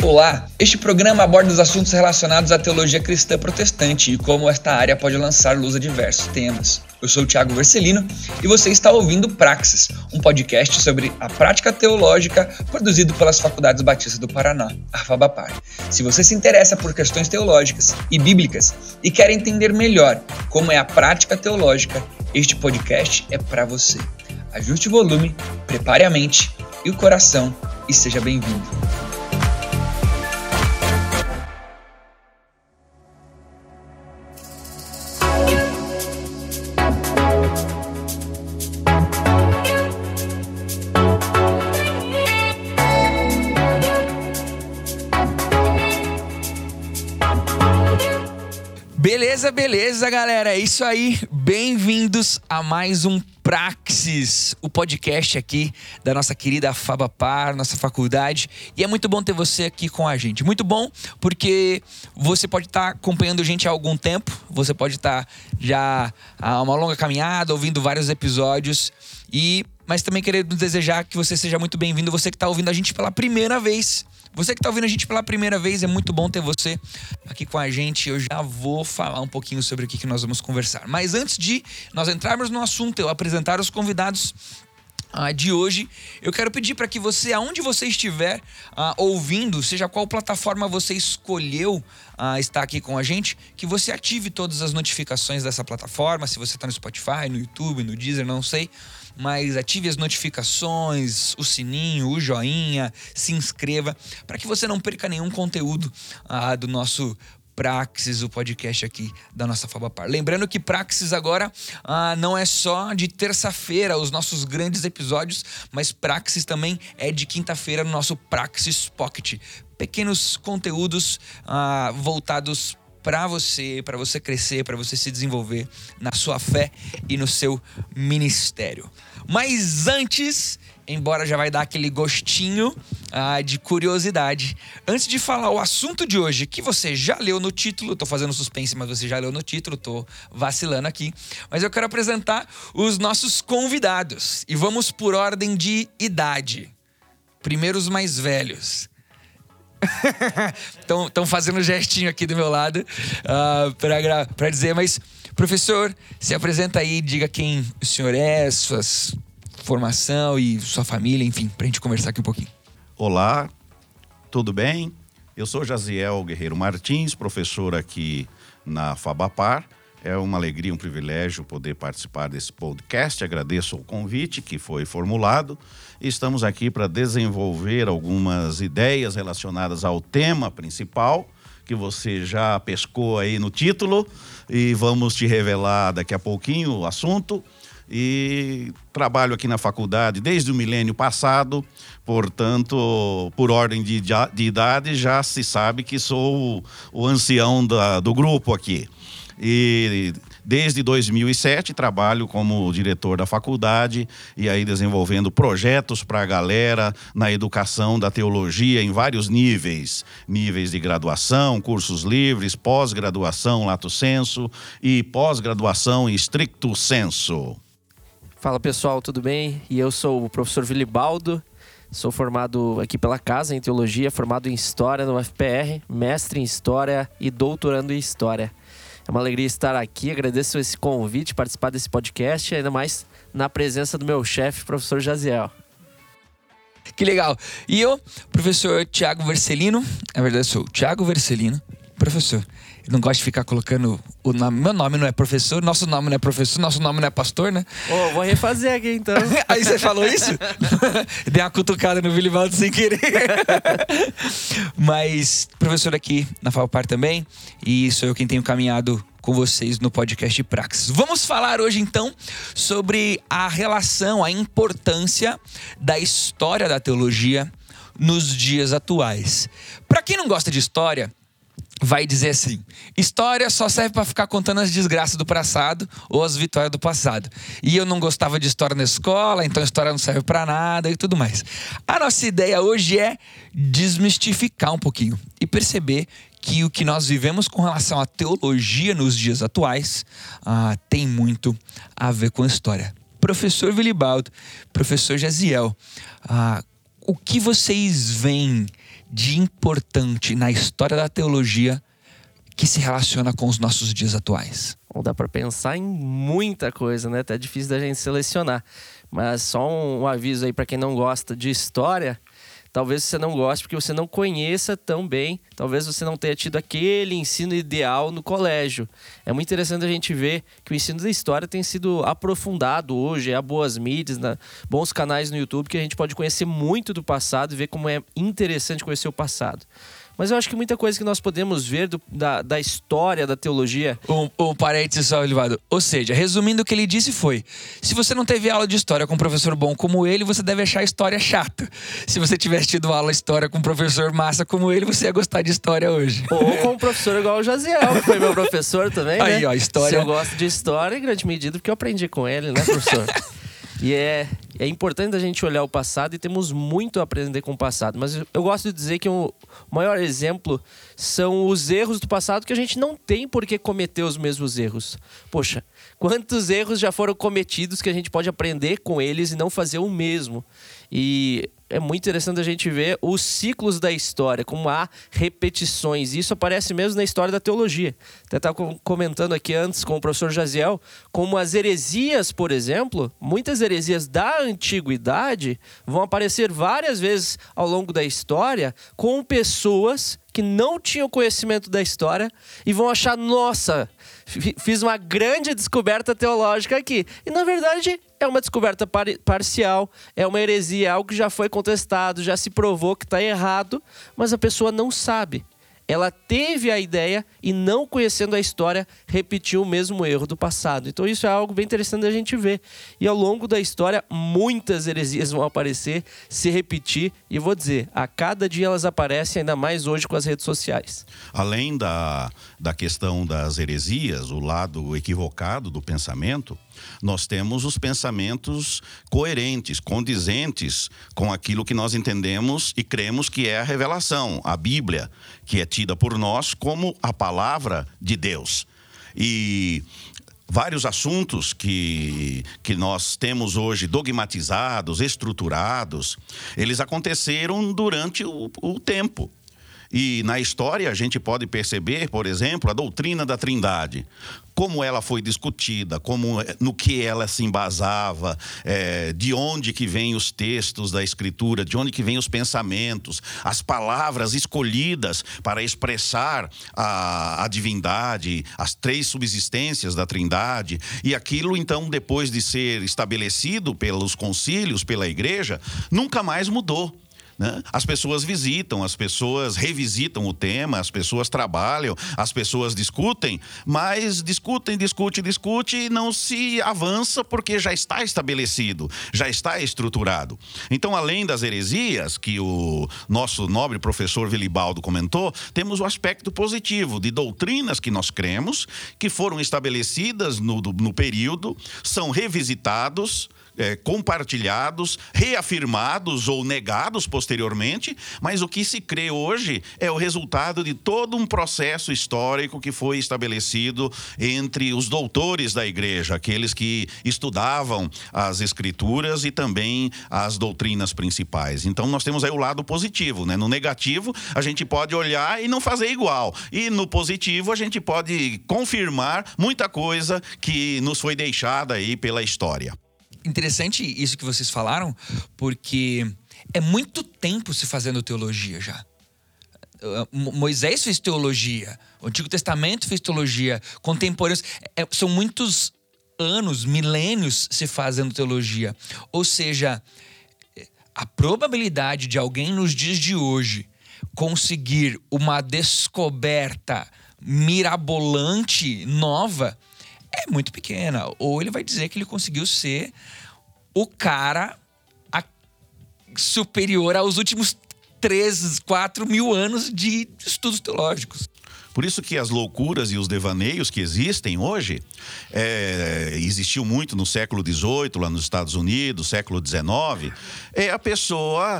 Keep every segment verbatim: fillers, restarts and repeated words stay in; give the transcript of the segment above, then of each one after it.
Olá, este programa aborda os assuntos relacionados à teologia cristã protestante e como esta área pode lançar luz a diversos temas. Eu sou o Thiago Vercelino e você está ouvindo Praxis, um podcast sobre a prática teológica produzido pelas Faculdades Batistas do Paraná, a FABAPAR. Se você se interessa por questões teológicas e bíblicas e quer entender melhor como é a prática teológica, este podcast é para você. Ajuste o volume, prepare a mente e o coração e seja bem-vindo. Beleza, beleza, galera, é isso aí, bem-vindos a mais um Praxis, o podcast aqui da nossa querida FABAPAR, nossa faculdade, e é muito bom ter você aqui com a gente, muito bom porque você pode estar acompanhando a gente há algum tempo, você pode estar já há uma longa caminhada, ouvindo vários episódios, e mas também queremos desejar que você seja muito bem-vindo, você que está ouvindo a gente pela primeira vez. Você que está ouvindo a gente pela primeira vez, é muito bom ter você aqui com a gente. Eu já vou falar um pouquinho sobre o que nós vamos conversar. Mas antes de nós entrarmos no assunto, eu apresentar os convidados uh, de hoje, eu quero pedir para que você, aonde você estiver uh, ouvindo, seja qual plataforma você escolheu uh, estar aqui com a gente, que você ative todas as notificações dessa plataforma. Se você está no Spotify, no YouTube, no Deezer, não sei, mas ative as notificações, o sininho, o joinha, se inscreva, para que você não perca nenhum conteúdo ah, do nosso Praxis, o podcast aqui da nossa FABAPAR. Lembrando que Praxis agora ah, não é só de terça-feira, os nossos grandes episódios, mas Praxis também é de quinta-feira no nosso Praxis Pocket. Pequenos conteúdos ah, voltados para você, para você crescer, para você se desenvolver na sua fé e no seu ministério. Mas antes, embora já vai dar aquele gostinho ah, de curiosidade, antes de falar o assunto de hoje, que você já leu no título, tô fazendo suspense, mas você já leu no título, tô vacilando aqui, mas eu quero apresentar os nossos convidados. E vamos por ordem de idade. Primeiro os mais velhos. Estão fazendo um gestinho aqui do meu lado uh, para dizer, mas professor, se apresenta aí, diga quem o senhor é, sua formação e sua família, enfim, para a gente conversar aqui um pouquinho. Olá, tudo bem? Eu sou Jaziel Guerreiro Martins, professor aqui na FABAPAR. É uma alegria, um privilégio poder participar desse podcast. Agradeço o convite que foi formulado. Estamos aqui para desenvolver algumas ideias relacionadas ao tema principal, que você já pescou aí no título, e vamos te revelar daqui a pouquinho o assunto. E trabalho aqui na faculdade desde o milênio passado, portanto, por ordem de, de idade, já se sabe que sou o, o ancião da, do grupo aqui. E desde dois mil e sete trabalho como diretor da faculdade e aí desenvolvendo projetos para a galera na educação da teologia em vários níveis. Níveis de graduação, cursos livres, pós-graduação lato sensu e pós-graduação em stricto sensu. Fala pessoal, tudo bem? E eu sou o professor Vilibaldo, sou formado aqui pela casa em teologia, formado em história no U F P R, mestre em história e doutorando em história. É uma alegria estar aqui, agradeço esse convite, participar desse podcast, ainda mais na presença do meu chefe, professor Jaziel. Que legal. E eu, professor Thiago Vercelino, na verdade eu sou o Thiago Vercelino, professor. Eu não gosto de ficar colocando o nome, meu nome não é professor, nosso nome não é professor, nosso nome não é pastor, né? Oh, vou refazer aqui então. Aí você falou isso? Dei uma cutucada no Vilibaldo sem querer. Mas professor aqui na FABAPAR também, e sou eu quem tenho caminhado com vocês no podcast Praxis. Vamos falar hoje então sobre a relação, a importância da história da teologia nos dias atuais. Para quem não gosta de história, vai dizer assim: história só serve para ficar contando as desgraças do passado ou as vitórias do passado. E eu não gostava de história na escola, então a história não serve para nada e tudo mais. A nossa ideia hoje é desmistificar um pouquinho e perceber que o que nós vivemos com relação à teologia nos dias atuais ah, tem muito a ver com a história. Professor Vilibaldo, professor Jaziel, ah, o que vocês veem de importante na história da teologia que se relaciona com os nossos dias atuais? Bom, dá para pensar em muita coisa, né? Até difícil da gente selecionar. Mas só um, um aviso aí para quem não gosta de história. Talvez você não goste porque você não conheça tão bem. Talvez você não tenha tido aquele ensino ideal no colégio. É muito interessante a gente ver que o ensino da história tem sido aprofundado hoje. Há boas mídias, né? Bons canais no YouTube que a gente pode conhecer muito do passado e ver como é interessante conhecer o passado. Mas eu acho que muita coisa que nós podemos ver do, da, da história, da teologia... Um, um parênteses só, Olivado. Ou seja, resumindo o que ele disse foi: se você não teve aula de história com um professor bom como ele, você deve achar a história chata. Se você tivesse tido aula de história com um professor massa como ele, você ia gostar de história hoje. Ou com um professor igual o Jaziel, que foi meu professor também, né? Aí, ó, história... Se eu gosto de história, em grande medida, porque eu aprendi com ele, né, professor? E é, é importante a gente olhar o passado e temos muito a aprender com o passado. Mas eu gosto de dizer que o maior exemplo são os erros do passado que a gente não tem por que cometer os mesmos erros. Poxa, quantos erros já foram cometidos que a gente pode aprender com eles e não fazer o mesmo? E é muito interessante a gente ver os ciclos da história, como há repetições. Isso aparece mesmo na história da teologia. Até estava comentando aqui antes com o professor Jaziel, como as heresias, por exemplo, muitas heresias da antiguidade vão aparecer várias vezes ao longo da história com pessoas que não tinham conhecimento da história e vão achar, nossa, fiz uma grande descoberta teológica aqui. E na verdade é uma descoberta par parcial, é uma heresia, algo que já foi contestado, já se provou que está errado, mas a pessoa não sabe. Ela teve a ideia e, não conhecendo a história, repetiu o mesmo erro do passado. Então isso é algo bem interessante da gente ver. E ao longo da história, muitas heresias vão aparecer, se repetir. E eu vou dizer, a cada dia elas aparecem, ainda mais hoje com as redes sociais. Além da, da questão das heresias, o lado equivocado do pensamento, nós temos os pensamentos coerentes, condizentes com aquilo que nós entendemos e cremos que é a revelação, a Bíblia, que é tida por nós como a palavra de Deus. E vários assuntos que, que nós temos hoje dogmatizados, estruturados, eles aconteceram durante o, o tempo. E na história a gente pode perceber, por exemplo, a doutrina da Trindade, como ela foi discutida, como, no que ela se embasava, é, de onde que vêm os textos da Escritura, de onde que vêm os pensamentos, as palavras escolhidas para expressar a, a divindade, as três subsistências da Trindade. E aquilo, então, depois de ser estabelecido pelos concílios, pela igreja, nunca mais mudou. Né? As pessoas visitam, as pessoas revisitam o tema, as pessoas trabalham, as pessoas discutem, mas discutem, discute, discute e não se avança porque já está estabelecido, já está estruturado. Então, além das heresias que o nosso nobre professor Vilibaldo comentou, temos o aspecto positivo de doutrinas que nós cremos, que foram estabelecidas no, no período, são revisitados, É, compartilhados, reafirmados ou negados posteriormente, mas o que se crê hoje é o resultado de todo um processo histórico que foi estabelecido entre os doutores da igreja, aqueles que estudavam as escrituras e também as doutrinas principais. Então nós temos aí o lado positivo, né? No negativo a gente pode olhar e não fazer igual, e no positivo a gente pode confirmar muita coisa que nos foi deixada aí pela história. Interessante isso que vocês falaram, porque é muito tempo se fazendo teologia já. Moisés fez teologia, o Antigo Testamento fez teologia, contemporâneos, é, são muitos anos, milênios se fazendo teologia. Ou seja, a probabilidade de alguém nos dias de hoje conseguir uma descoberta mirabolante, nova, é muito pequena. Ou ele vai dizer que ele conseguiu ser o cara a, superior aos últimos três, quatro mil anos de estudos teológicos. Por isso que as loucuras e os devaneios que existem hoje, é, existiu muito no século dezoito, lá nos Estados Unidos, século dezenove, é a pessoa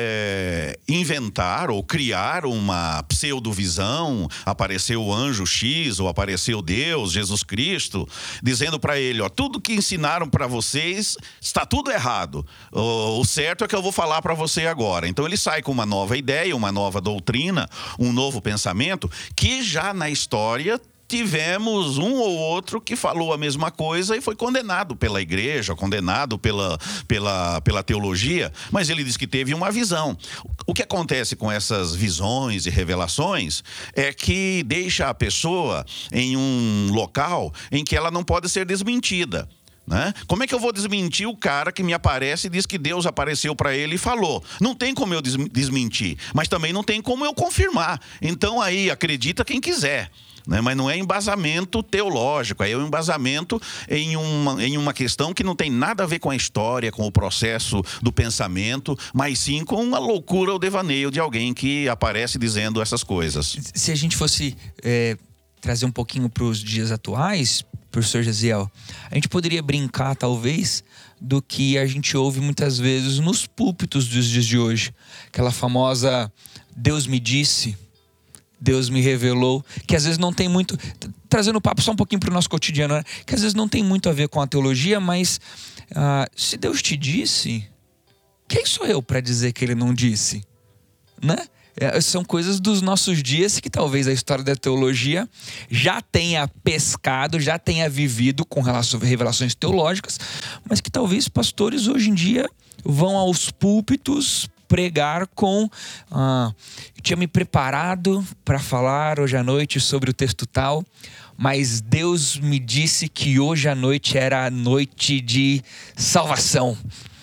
é, inventar ou criar uma pseudovisão, apareceu o anjo X ou apareceu Deus, Jesus Cristo, dizendo para ele, ó, tudo que ensinaram para vocês está tudo errado. O, o certo é que eu vou falar para você agora. Então ele sai com uma nova ideia, uma nova doutrina, um novo pensamento, que já na história tivemos um ou outro que falou a mesma coisa e foi condenado pela igreja, condenado pela, pela, pela teologia, mas ele diz que teve uma visão. O que acontece com essas visões e revelações é que deixa a pessoa em um local em que ela não pode ser desmentida. Né? Como é que eu vou desmentir o cara que me aparece e diz que Deus apareceu para ele e falou? Não tem como eu desmentir, mas também não tem como eu confirmar. Então aí acredita quem quiser. Né? Mas não é embasamento teológico, é um embasamento em uma, em uma questão que não tem nada a ver com a história, com o processo do pensamento, mas sim com uma loucura ou devaneio de alguém que aparece dizendo essas coisas. Se a gente fosse é, trazer um pouquinho para os dias atuais, professor Jaziel, a gente poderia brincar talvez do que a gente ouve muitas vezes nos púlpitos dos dias de hoje, aquela famosa Deus me disse, Deus me revelou, que às vezes não tem muito, trazendo o papo só um pouquinho para o nosso cotidiano, né? Que às vezes não tem muito a ver com a teologia, mas ah, se Deus te disse, quem sou eu para dizer que ele não disse? Né? É, são coisas dos nossos dias que talvez a história da teologia já tenha pescado, já tenha vivido com relação, revelações teológicas, mas que talvez pastores hoje em dia vão aos púlpitos pregar com ah, eu tinha me preparado para falar hoje à noite sobre o texto tal, mas Deus me disse que hoje à noite era a noite de salvação.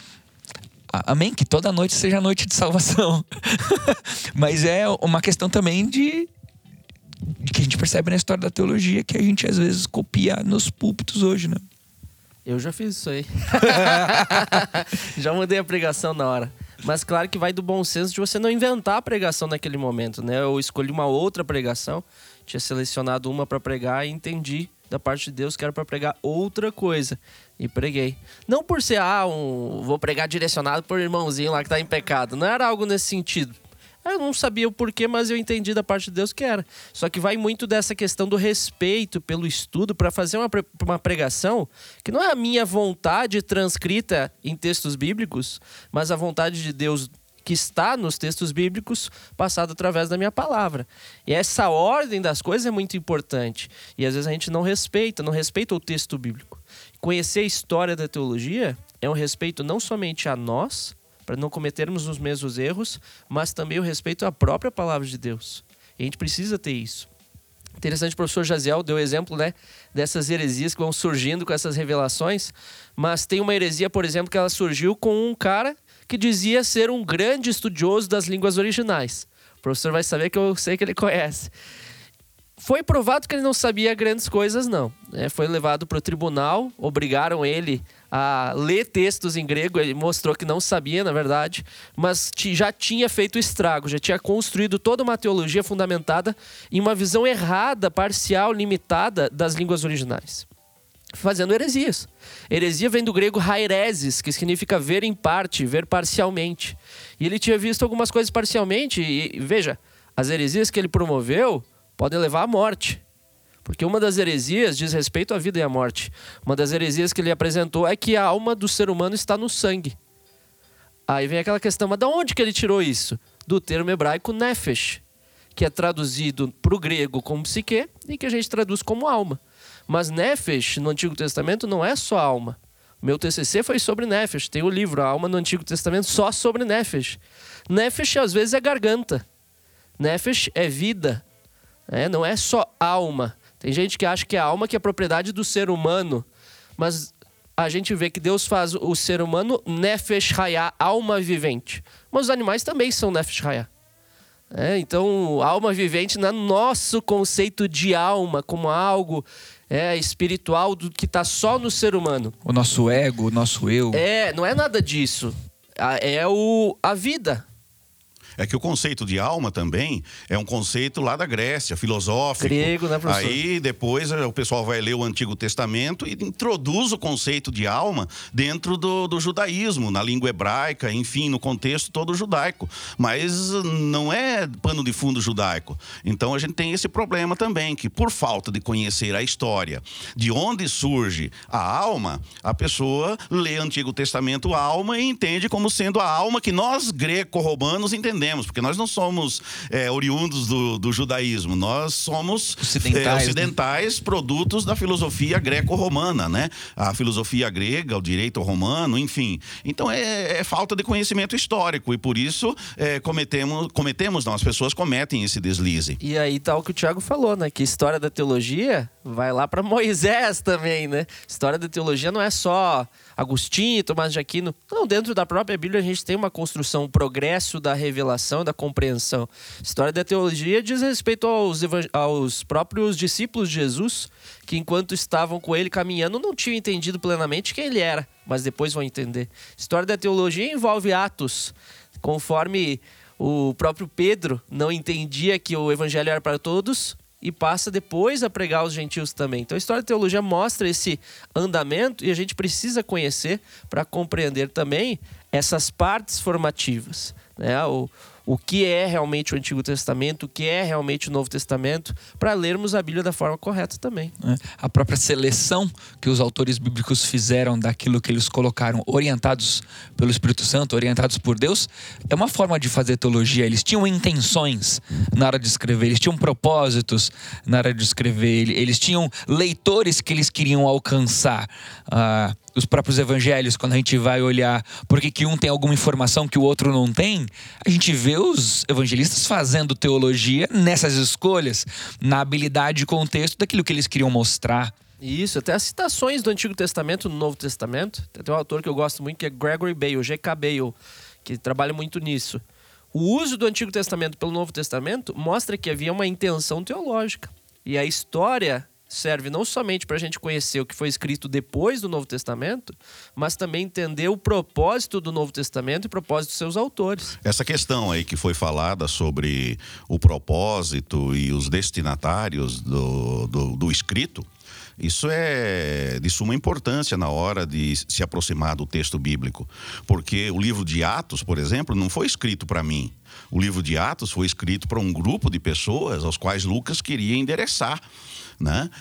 Amém? Que toda noite seja noite de salvação. Mas é uma questão também de, de que a gente percebe na história da teologia, que a gente às vezes copia nos púlpitos hoje, né? Eu já fiz isso aí. Já mudei a pregação na hora. Mas claro que vai do bom senso de você não inventar a pregação naquele momento, né? Eu escolhi uma outra pregação, tinha selecionado uma para pregar e entendi da parte de Deus que era para pregar outra coisa. E preguei. Não por ser, ah, um, vou pregar direcionado por irmãozinho lá que tá em pecado. Não era algo nesse sentido. Eu não sabia o porquê, mas eu entendi da parte de Deus que era. Só que vai muito dessa questão do respeito pelo estudo para fazer uma, pre- uma pregação que não é a minha vontade transcrita em textos bíblicos, mas a vontade de Deus que está nos textos bíblicos, passado através da minha palavra. E essa ordem das coisas é muito importante. E às vezes a gente não respeita, não respeita o texto bíblico. Conhecer a história da teologia é um respeito não somente a nós, para não cometermos os mesmos erros, mas também o respeito à própria palavra de Deus. E a gente precisa ter isso. Interessante, o professor Jaziel deu exemplo, né, dessas heresias que vão surgindo com essas revelações, mas tem uma heresia, por exemplo, que ela surgiu com um cara que dizia ser um grande estudioso das línguas originais. O professor vai saber que eu sei que ele conhece. Foi provado que ele não sabia grandes coisas, não. É, foi levado para o tribunal, obrigaram ele a ler textos em grego, ele mostrou que não sabia, na verdade, mas já tinha feito estrago, já tinha construído toda uma teologia fundamentada em uma visão errada, parcial, limitada das línguas originais, fazendo heresias. Heresia vem do grego haireses, que significa ver em parte, ver parcialmente. E ele tinha visto algumas coisas parcialmente, e veja, as heresias que ele promoveu podem levar à morte. Porque uma das heresias diz respeito à vida e à morte. Uma das heresias que ele apresentou é que a alma do ser humano está no sangue. Aí vem aquela questão, mas de onde que ele tirou isso? Do termo hebraico nefesh, que é traduzido para o grego como psique e que a gente traduz como alma. Mas nefesh no Antigo Testamento não é só alma. Meu T C C foi sobre nefesh. Tem o livro, a alma no Antigo Testamento, só sobre nefesh. Nefesh às vezes é garganta. Nefesh é vida. É, não é só alma. Tem gente que acha que é a alma que é propriedade do ser humano, mas a gente vê que Deus faz o ser humano nefesh hayah, alma vivente. Mas os animais também são nefesh hayah. É, então, alma vivente no nosso conceito de alma, como algo é, espiritual do que está só no ser humano. O nosso ego, o nosso eu. É, não é nada disso. É o, a vida. É que o conceito de alma também é um conceito lá da Grécia, filosófico. Grego, né, professor? Aí depois o pessoal vai ler o Antigo Testamento e introduz o conceito de alma dentro do, do judaísmo, na língua hebraica, enfim, no contexto todo judaico. Mas não é pano de fundo judaico. Então a gente tem esse problema também, que por falta de conhecer a história, de onde surge a alma, a pessoa lê Antigo Testamento alma e entende como sendo a alma que nós greco-romanos entendemos, porque nós não somos é, oriundos do, do judaísmo, nós somos ocidentais, é, ocidentais né? produtos da filosofia greco-romana, né? A filosofia grega, o direito romano, enfim. Então é, é falta de conhecimento histórico e por isso é, cometemos, cometemos, não, as pessoas cometem esse deslize. E aí tá o que o Tiago falou, né? Que história da teologia vai lá para Moisés também, né? História da teologia não é só Agostinho, Tomás de Aquino. Não, dentro da própria Bíblia a gente tem uma construção, um progresso da revelação, da compreensão. História da teologia diz respeito aos, aos próprios discípulos de Jesus, que enquanto estavam com ele caminhando não tinham entendido plenamente quem ele era, mas depois vão entender. História da teologia envolve Atos, conforme o próprio Pedro não entendia que o evangelho era para todos e passa depois a pregar aos gentios também. Então a história da teologia mostra esse andamento e a gente precisa conhecer para compreender também essas partes formativas, né? O, o que é realmente o Antigo Testamento, o que é realmente o Novo Testamento, para lermos a Bíblia da forma correta também. É, a própria seleção que os autores bíblicos fizeram daquilo que eles colocaram, orientados pelo Espírito Santo, orientados por Deus, é uma forma de fazer teologia. Eles tinham intenções na hora de escrever, eles tinham propósitos na hora de escrever, eles tinham leitores que eles queriam alcançar. Ah, os próprios evangelhos, quando a gente vai olhar porque que um tem alguma informação que o outro não tem, a gente vê os evangelistas fazendo teologia nessas escolhas, na habilidade e contexto daquilo que eles queriam mostrar. Isso, até as citações do Antigo Testamento no Novo Testamento. Tem um autor que eu gosto muito que é Gregory Bale, G K Bale, que trabalha muito nisso. O uso do Antigo Testamento pelo Novo Testamento mostra que havia uma intenção teológica. E a história serve não somente para a gente conhecer o que foi escrito depois do Novo Testamento, mas também entender o propósito do Novo Testamento e o propósito dos seus autores. Essa questão aí que foi falada sobre o propósito e os destinatários do, do, do escrito, isso é de suma importância na hora de se aproximar do texto bíblico. Porque o livro de Atos, por exemplo, não foi escrito para mim. O livro de Atos foi escrito para um grupo de pessoas aos quais Lucas queria endereçar, né?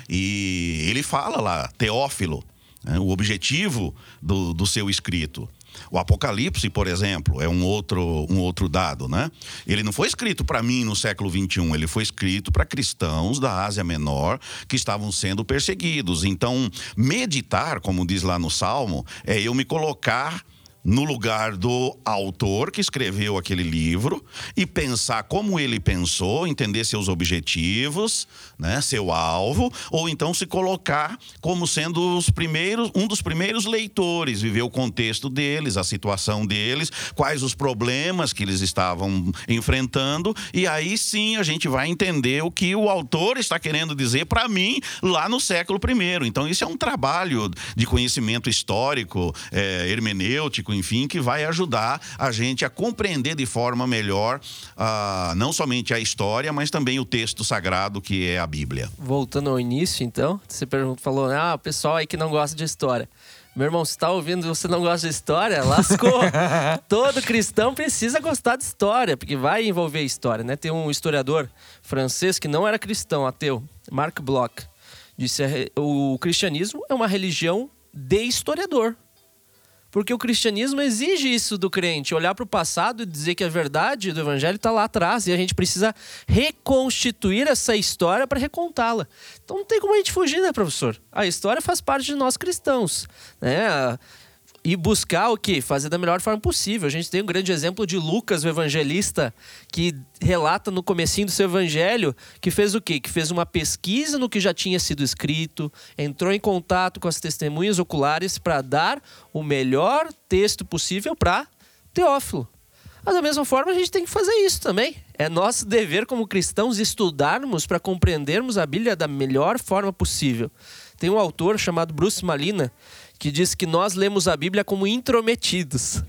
E ele fala lá, Teófilo, né? O objetivo do, do seu escrito. O Apocalipse, por exemplo, é um outro, um outro dado, né? Ele não foi escrito para mim no século vinte e um, ele foi escrito para cristãos da Ásia Menor que estavam sendo perseguidos. Então, meditar, como diz lá no Salmo, é eu me colocar no lugar do autor que escreveu aquele livro e pensar como ele pensou, entender seus objetivos, né, seu alvo, ou então se colocar como sendo os primeiros, um dos primeiros leitores, viver o contexto deles, a situação deles, quais os problemas que eles estavam enfrentando, e aí sim a gente vai entender o que o autor está querendo dizer para mim lá no século primeiro. Então isso é um trabalho de conhecimento histórico, é, hermenêutico, enfim, que vai ajudar a gente a compreender de forma melhor uh, não somente a história, mas também o texto sagrado que é a Bíblia. Voltando ao início, então, você perguntou, falou, ah, o pessoal aí que não gosta de história. Meu irmão, você está ouvindo e você não gosta de história? Lascou! Todo cristão precisa gostar de história, porque vai envolver história, né? Tem um historiador francês que não era cristão, ateu, Marc Bloch, disse que o cristianismo é uma religião de historiador. Porque o cristianismo exige isso do crente, olhar para o passado e dizer que a verdade do evangelho está lá atrás e a gente precisa reconstituir essa história para recontá-la. Então não tem como a gente fugir, né, professor? A história faz parte de nós cristãos, né? E buscar o quê? Fazer da melhor forma possível. A gente tem um grande exemplo de Lucas, o evangelista, que relata no comecinho do seu evangelho que fez o quê? Que fez uma pesquisa no que já tinha sido escrito, entrou em contato com as testemunhas oculares para dar o melhor texto possível para Teófilo. Mas da mesma forma a gente tem que fazer isso também. É nosso dever como cristãos estudarmos para compreendermos a Bíblia da melhor forma possível. Tem um autor chamado Bruce Malina que diz que nós lemos a Bíblia como intrometidos.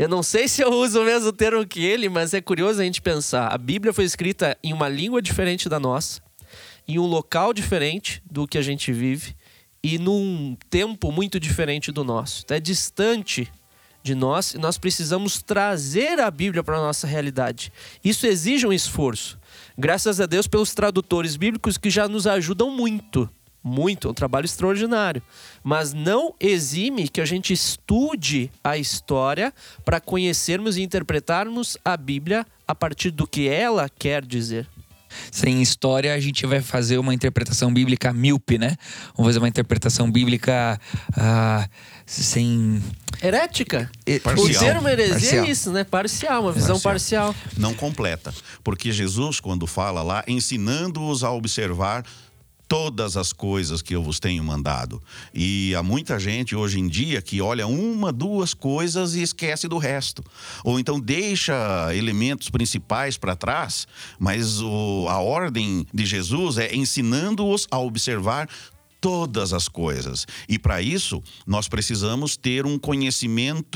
Eu não sei se eu uso o mesmo termo que ele, mas é curioso a gente pensar. A Bíblia foi escrita em uma língua diferente da nossa, em um local diferente do que a gente vive e num tempo muito diferente do nosso. Então é distante de nós e nós precisamos trazer a Bíblia para a nossa realidade. Isso exige um esforço. Graças a Deus pelos tradutores bíblicos que já nos ajudam muito. Muito, é um trabalho extraordinário. Mas não exime que a gente estude a história para conhecermos e interpretarmos a Bíblia a partir do que ela quer dizer. Sem história, a gente vai fazer uma interpretação bíblica míope, né? Vamos fazer uma interpretação bíblica ah, sem... Herética. Parcial. O termo heresia Parcial. é isso, né? Parcial, uma visão parcial. parcial. Não completa. Porque Jesus, quando fala lá, ensinando-os a observar todas as coisas que eu vos tenho mandado. E há muita gente hoje em dia que olha uma, duas coisas e esquece do resto. Ou então deixa elementos principais para trás, mas o, a ordem de Jesus é ensinando-os a observar todas as coisas. E para isso, nós precisamos ter um conhecimento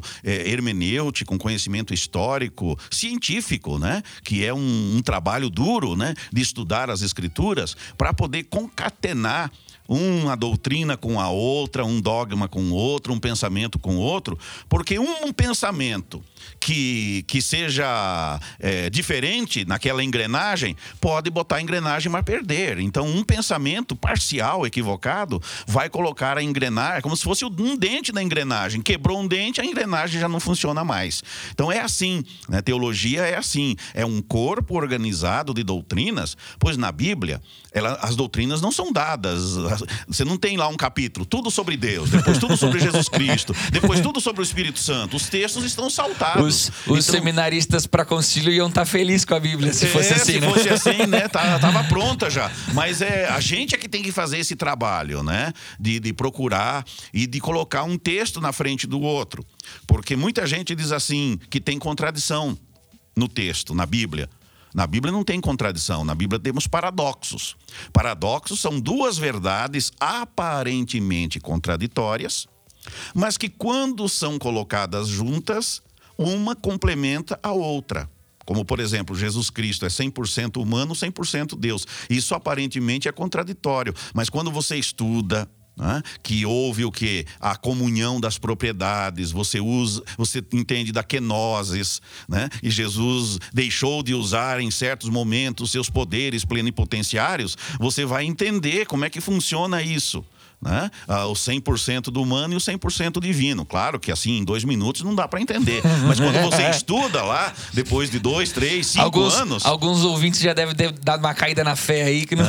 é, hermenêutico, um conhecimento histórico, científico, né? Que é um, um trabalho duro, né? De estudar as escrituras para poder concatenar uma doutrina com a outra, um dogma com o outro, um pensamento com o outro, porque um, um pensamento que, que seja é, diferente naquela engrenagem pode botar a engrenagem mas perder. Então um pensamento parcial, equivocado, vai colocar a engrenagem, é como se fosse um dente da engrenagem, quebrou um dente, a engrenagem já não funciona mais. Então é assim, né? Teologia é assim, é um corpo organizado de doutrinas, pois na Bíblia ela, as doutrinas não são dadas. Você não tem lá um capítulo, tudo sobre Deus, depois tudo sobre Jesus Cristo, depois tudo sobre o Espírito Santo. Os textos estão saltados. Os, os então, seminaristas para concílio iam estar felizes com a Bíblia, se é, fosse assim, se né? fosse assim, né? Tava pronta já. Mas é, a gente é que tem que fazer esse trabalho, né? De, de procurar e de colocar um texto na frente do outro. Porque muita gente diz assim, que tem contradição no texto, na Bíblia. Na Bíblia não tem contradição, na Bíblia temos paradoxos. Paradoxos são duas verdades aparentemente contraditórias, mas que quando são colocadas juntas, uma complementa a outra. Como, por exemplo, Jesus Cristo é cem por cento humano, cem por cento Deus. Isso aparentemente é contraditório, mas quando você estuda, né, que houve o quê? A comunhão das propriedades, você usa, você entende da kenosis, né? E Jesus deixou de usar em certos momentos seus poderes plenipotenciários, você vai entender como é que funciona isso. Né? Ah, o cem por cento do humano e o cem por cento divino. Claro que assim, em dois minutos não dá para entender. Mas quando você estuda lá, depois de dois, três, cinco alguns, anos... Alguns ouvintes já devem ter dado uma caída na fé aí. Que não...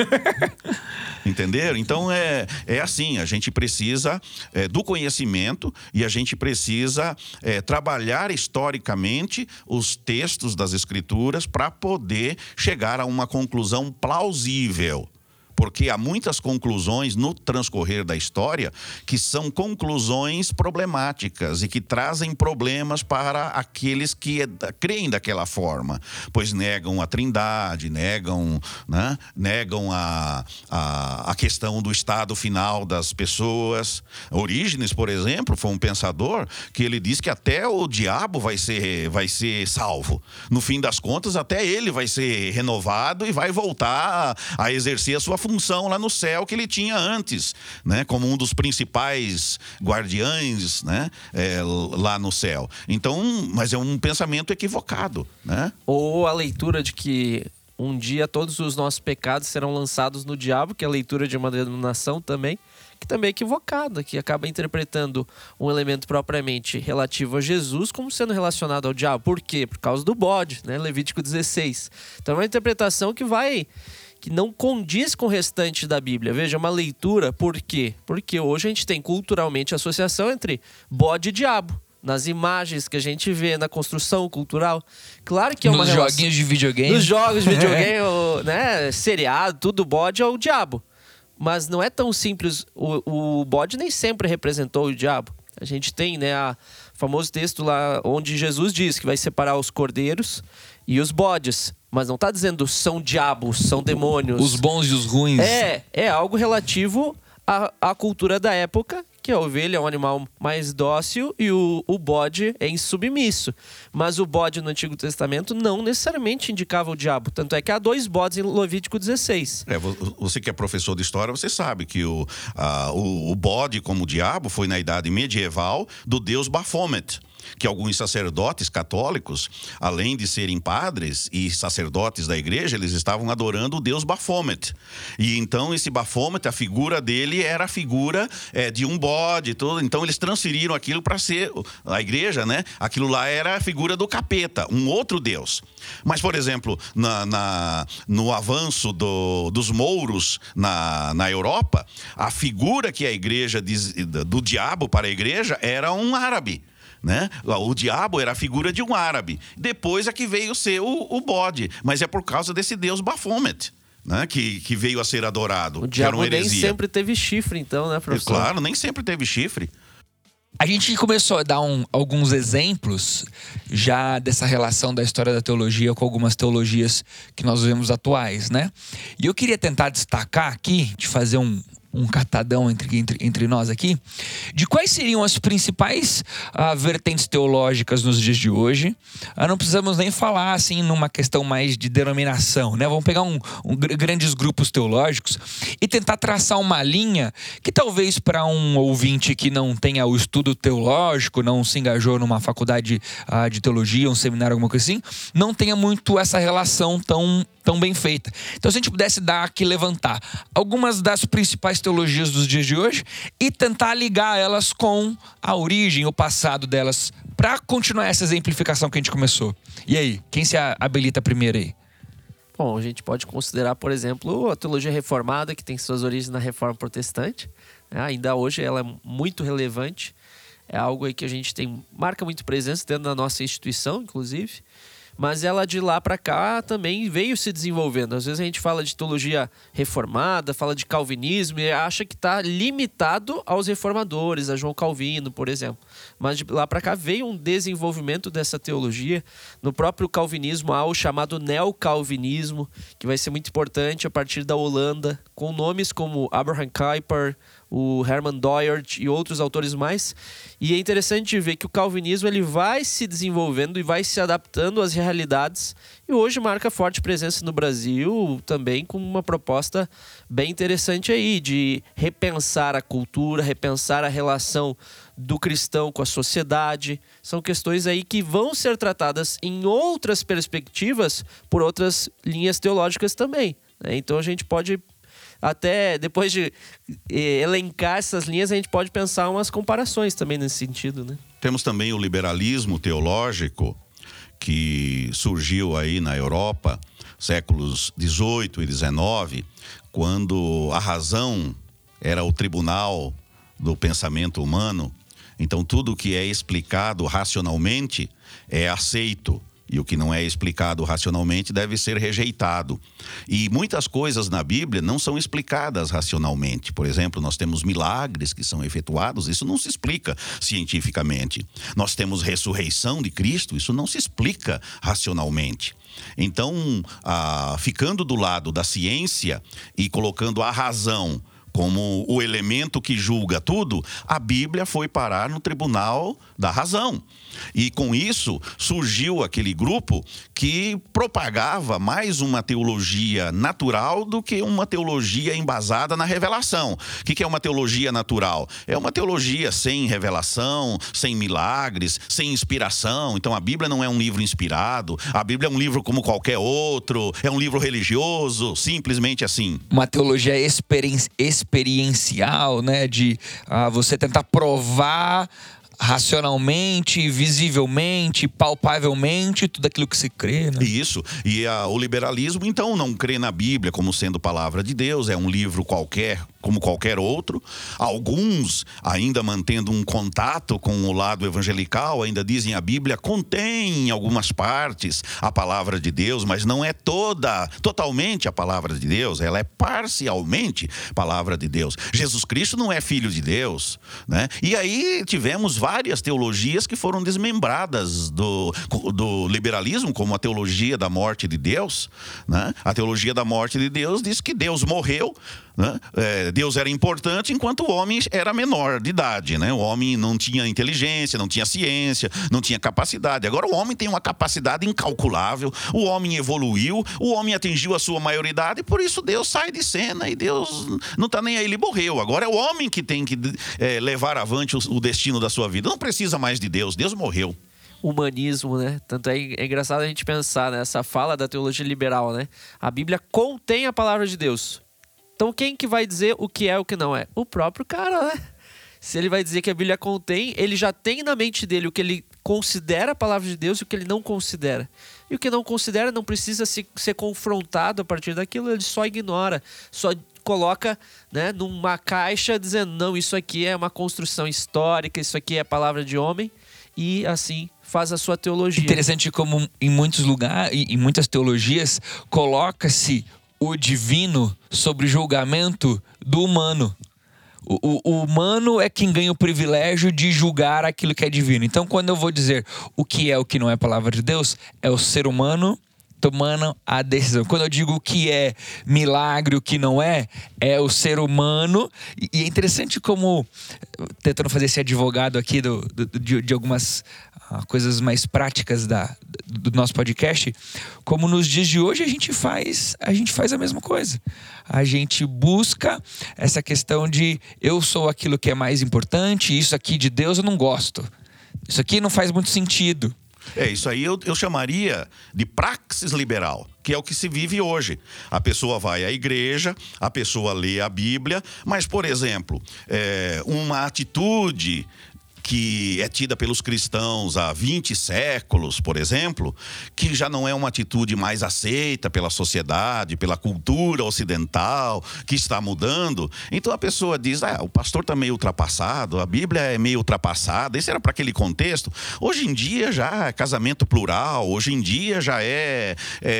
ah, entenderam? Então é, é assim, a gente precisa é, do conhecimento e a gente precisa é, trabalhar historicamente os textos das Escrituras para poder chegar a uma conclusão plausível. Porque há muitas conclusões no transcorrer da história que são conclusões problemáticas e que trazem problemas para aqueles que creem daquela forma, pois negam a trindade, negam, né? negam a, a, a questão do estado final das pessoas. Orígenes, por exemplo, foi um pensador que ele diz que até o diabo vai ser, vai ser salvo. No fim das contas, até ele vai ser renovado e vai voltar a, a exercer a sua função lá no céu que ele tinha antes, né? Como um dos principais guardiães, né? É, lá no céu. Então, mas é um pensamento equivocado, né? Ou a leitura de que um dia todos os nossos pecados serão lançados no diabo, que é a leitura de uma denominação também, que também é equivocada, que acaba interpretando um elemento propriamente relativo a Jesus como sendo relacionado ao diabo. Por quê? Por causa do bode, né? Levítico dezesseis. Então é uma interpretação que vai... que não condiz com o restante da Bíblia. Veja, uma leitura, por quê? Porque hoje a gente tem culturalmente a associação entre bode e diabo. Nas imagens que a gente vê, na construção cultural. Claro que é uma Nos relação... joguinhos de videogame. Nos jogos de videogame, o, né, seriado, tudo bode é o diabo. Mas não é tão simples. O, o bode nem sempre representou o diabo. A gente tem, né, o famoso texto lá onde Jesus diz que vai separar os cordeiros e os bodes. Mas não está dizendo são diabos, são demônios. Os bons e os ruins. É, é algo relativo à, à cultura da época que a ovelha é um animal mais dócil e o, o bode é insubmisso. Mas o bode no Antigo Testamento não necessariamente indicava o diabo. Tanto é que há dois bodes em Levítico dezesseis. É, você que é professor de história, você sabe que o, a, o, o bode como diabo foi na idade medieval do deus Baphomet, que alguns sacerdotes católicos, além de serem padres e sacerdotes da igreja, eles estavam adorando o deus Baphomet. E então esse Baphomet, a figura dele era a figura é, de um bode, todo. Então eles transferiram aquilo para ser a igreja, né? Aquilo lá era a figura do capeta, um outro deus. Mas, por exemplo, na, na, no avanço do, dos mouros na, na Europa, a figura que a igreja diz, do diabo para a igreja era um árabe. Né? O diabo era a figura de um árabe. Depois é que veio ser o, o bode. Mas é por causa desse deus Baphomet, né? que, que veio a ser adorado. O diabo nem sempre teve chifre, então, né, professor? Claro, nem sempre teve chifre. A gente começou a dar um, alguns exemplos já dessa relação da história da teologia com algumas teologias que nós vemos atuais, né? E eu queria tentar destacar aqui, de fazer um... um catadão entre, entre, entre nós aqui, de quais seriam as principais uh, vertentes teológicas nos dias de hoje. Uh, não precisamos nem falar assim numa questão mais de denominação, né? Vamos pegar um, um, grandes grupos teológicos e tentar traçar uma linha que talvez para um ouvinte que não tenha o estudo teológico, não se engajou numa faculdade uh, de teologia, um seminário, alguma coisa assim, não tenha muito essa relação tão, tão bem feita. Então, se a gente pudesse dar aqui, levantar algumas das principais teologias dos dias de hoje e tentar ligar elas com a origem, o passado delas, para continuar essa exemplificação que a gente começou. E aí, quem se habilita primeiro aí? Bom, a gente pode considerar, por exemplo, a teologia reformada, que tem suas origens na Reforma Protestante. Ainda hoje ela é muito relevante. É algo aí que a gente tem, marca muito presença dentro da nossa instituição, inclusive. Mas ela de lá para cá também veio se desenvolvendo. Às vezes a gente fala de teologia reformada, fala de calvinismo e acha que está limitado aos reformadores, a João Calvino, por exemplo. Mas de lá para cá veio um desenvolvimento dessa teologia. No próprio calvinismo há o chamado neocalvinismo, que vai ser muito importante a partir da Holanda, com nomes como Abraham Kuyper, o Herman Doyert e outros autores mais. E é interessante ver que o calvinismo ele vai se desenvolvendo e vai se adaptando às realidades. E hoje marca forte presença no Brasil, também com uma proposta bem interessante aí, de repensar a cultura, repensar a relação do cristão com a sociedade. São questões aí que vão ser tratadas em outras perspectivas por outras linhas teológicas também, né? Então a gente pode... Até depois de elencar essas linhas, a gente pode pensar umas comparações também nesse sentido, né? Temos também o liberalismo teológico, que surgiu aí na Europa, séculos dezoito e dezenove, quando a razão era o tribunal do pensamento humano. Então, tudo que é explicado racionalmente é aceito. E o que não é explicado racionalmente deve ser rejeitado. E muitas coisas na Bíblia não são explicadas racionalmente. Por exemplo, nós temos milagres que são efetuados, isso não se explica cientificamente. Nós temos ressurreição de Cristo, isso não se explica racionalmente. Então, ah, ficando do lado da ciência e colocando a razão como o elemento que julga tudo, a Bíblia foi parar no tribunal da razão. E com isso surgiu aquele grupo que propagava mais uma teologia natural do que uma teologia embasada na revelação. O que é uma teologia natural? É uma teologia sem revelação, sem milagres, sem inspiração. Então a Bíblia não é um livro inspirado, a Bíblia é um livro como qualquer outro, é um livro religioso, simplesmente assim. Uma teologia experi- experiencial, né? De ah, você tentar provar racionalmente, visivelmente, palpavelmente, tudo aquilo que se crê, né? Isso. E a, o liberalismo, então, não crê na Bíblia como sendo palavra de Deus, é um livro qualquer, como qualquer outro. Alguns, ainda mantendo um contato com o lado evangelical, ainda dizem a Bíblia contém em algumas partes a palavra de Deus, mas não é toda, totalmente a palavra de Deus, ela é parcialmente palavra de Deus. Jesus Cristo não é filho de Deus, né? E aí tivemos várias teologias que foram desmembradas do, do liberalismo, como a teologia da morte de Deus, né? A teologia da morte de Deus diz que Deus morreu, Né? É, Deus era importante enquanto o homem era menor de idade, né? O homem não tinha inteligência, não tinha ciência, não tinha capacidade. Agora o homem tem uma capacidade incalculável, o homem evoluiu, o homem atingiu a sua maioridade, e por isso Deus sai de cena e Deus não está nem aí, ele morreu. Agora é o homem que tem que é, levar avante o, o destino da sua vida. Não precisa mais de Deus, Deus morreu. Humanismo, né? Tanto é, é engraçado a gente pensar nessa fala da teologia liberal, né? A Bíblia contém a palavra de Deus. Então quem que vai dizer o que é e o que não é? O próprio cara, né? Se ele vai dizer que a Bíblia contém, ele já tem na mente dele o que ele considera a palavra de Deus e o que ele não considera. E o que não considera não precisa se, ser confrontado a partir daquilo, ele só ignora, só coloca, né, numa caixa dizendo, não, isso aqui é uma construção histórica, isso aqui é a palavra de homem, e assim faz a sua teologia. Interessante como em muitos lugares, em muitas teologias, coloca-se o divino sobre o julgamento do humano. O, o, o humano é quem ganha o privilégio de julgar aquilo que é divino. Então, quando eu vou dizer o que é o que não é a palavra de Deus, é o ser humano tomando a decisão. Quando eu digo o que é milagre, o que não é, é o ser humano. E é interessante como, tentando fazer esse advogado aqui do, do, de, de algumas uh, coisas mais práticas da, do nosso podcast, como nos dias de hoje a gente faz, a gente faz a mesma coisa. A gente busca essa questão de eu sou aquilo que é mais importante, isso aqui de Deus eu não gosto. Isso aqui não faz muito sentido. É, isso aí eu, eu chamaria de praxis liberal, que é o que se vive hoje. A pessoa vai à igreja, a pessoa lê a Bíblia, mas, por exemplo, é, uma atitude que é tida pelos cristãos há vinte séculos, por exemplo, que já não é uma atitude mais aceita pela sociedade, pela cultura ocidental, que está mudando. Então a pessoa diz, ah, o pastor está meio ultrapassado, a Bíblia é meio ultrapassada. Isso era para aquele contexto. Hoje em dia já é casamento plural, hoje em dia já é,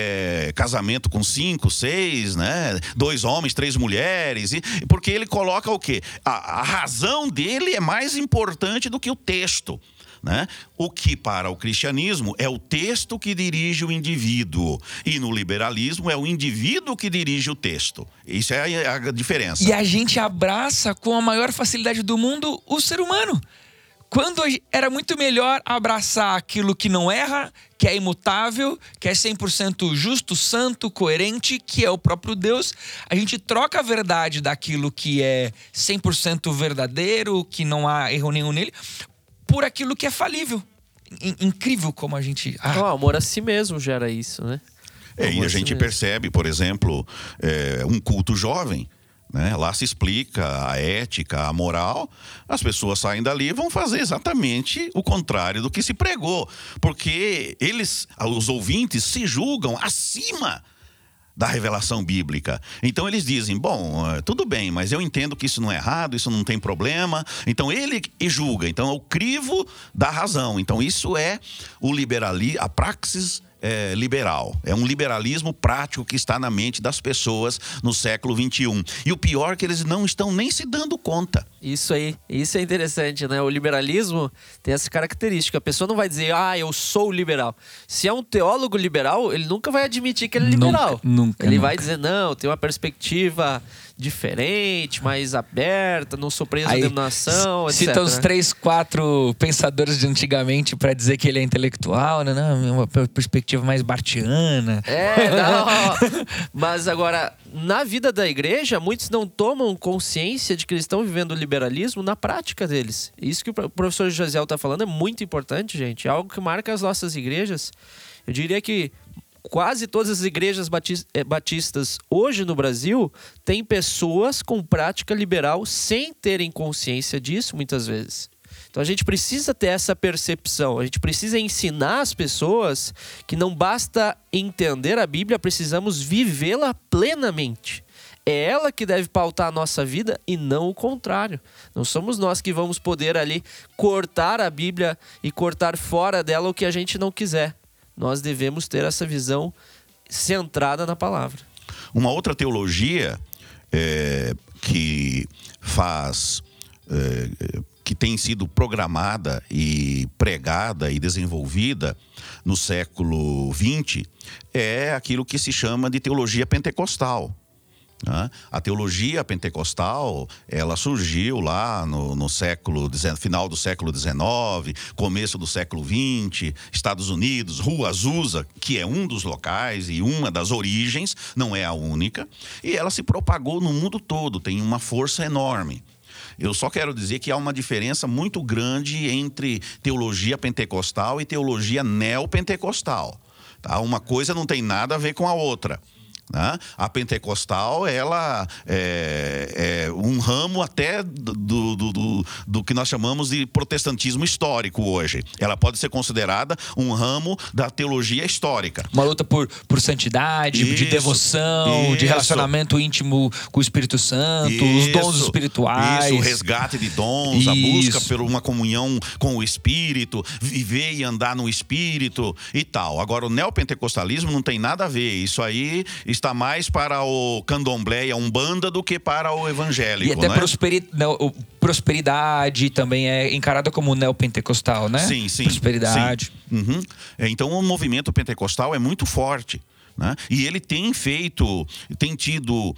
é casamento com cinco, seis, né? Dois homens, três mulheres. E, porque ele coloca o quê? A, a razão dele é mais importante do que o texto, né? O que para o cristianismo é o texto que dirige o indivíduo, e no liberalismo é o indivíduo que dirige o texto. Isso é a, a diferença. E a gente abraça com a maior facilidade do mundo o ser humano. Quando era muito melhor abraçar aquilo que não erra, que é imutável, que é cem por cento justo, santo, coerente, que é o próprio Deus, a gente troca a verdade daquilo que é cem por cento verdadeiro, que não há erro nenhum nele, por aquilo que é falível. Incrível como a gente... Ah. O amor a si mesmo gera isso, né? É, e a gente percebe, por exemplo, é, um culto jovem, né? Lá se explica a ética, a moral. As pessoas saem dali e vão fazer exatamente o contrário do que se pregou, porque eles, os ouvintes, se julgam acima da revelação bíblica. Então eles dizem, bom, tudo bem, mas eu entendo que isso não é errado, isso não tem problema. Então ele julga, então é o crivo da razão. Então isso é o liberalismo, a praxis É, liberal. É um liberalismo prático que está na mente das pessoas no século vinte e um. E o pior é que eles não estão nem se dando conta. Isso aí, isso é interessante, né? O liberalismo tem essa característica. A pessoa não vai dizer, ah, eu sou liberal. Se é um teólogo liberal, ele nunca vai admitir que ele é liberal. Nunca, nunca Ele nunca. vai dizer, não, tem uma perspectiva diferente, mais aberta, não sou preso à denominação, etcétera. Cita os três, quatro pensadores de antigamente para dizer que ele é intelectual, né? Não, uma perspectiva mais bartiana. É, não. Mas agora, na vida da igreja, muitos não tomam consciência de que eles estão vivendo o liberalismo na prática deles. Isso que o professor Jaziel está falando é muito importante, gente. É algo que marca as nossas igrejas. Eu diria que quase todas as igrejas batistas hoje no Brasil têm pessoas com prática liberal sem terem consciência disso, muitas vezes. Então a gente precisa ter essa percepção, a gente precisa ensinar as pessoas que não basta entender a Bíblia, precisamos vivê-la plenamente. É ela que deve pautar a nossa vida e não o contrário. Não somos nós que vamos poder ali cortar a Bíblia e cortar fora dela o que a gente não quiser. Nós devemos ter essa visão centrada na palavra. Uma outra teologia é, que faz... É, que tem sido programada e pregada e desenvolvida no século vinte, é aquilo que se chama de teologia pentecostal. A teologia pentecostal, ela surgiu lá no, no século, final do século dezenove, começo do século vinte, Estados Unidos, Rua Azusa, que é um dos locais e uma das origens, não é a única, e ela se propagou no mundo todo, tem uma força enorme. Eu só quero dizer que há uma diferença muito grande entre teologia pentecostal e teologia neopentecostal. Tá? Uma coisa não tem nada a ver com a outra. Né? A pentecostal, ela é, é um ramo até do, do, do, do que nós chamamos de protestantismo histórico hoje. Ela pode ser considerada um ramo da teologia histórica. Uma luta por, por santidade, isso, de devoção, isso. de relacionamento íntimo com o Espírito Santo, isso, os dons espirituais. Isso, o resgate de dons, isso. a busca por uma comunhão com o Espírito, viver e andar no Espírito e tal. Agora, o neopentecostalismo não tem nada a ver. Isso aí está mais para o candomblé e a umbanda do que para o evangélico. E até né? prosperi... prosperidade também é encarada como neopentecostal, né? Sim, sim. Prosperidade. Sim. Uhum. Então o movimento pentecostal é muito forte. Né? E ele tem feito, tem tido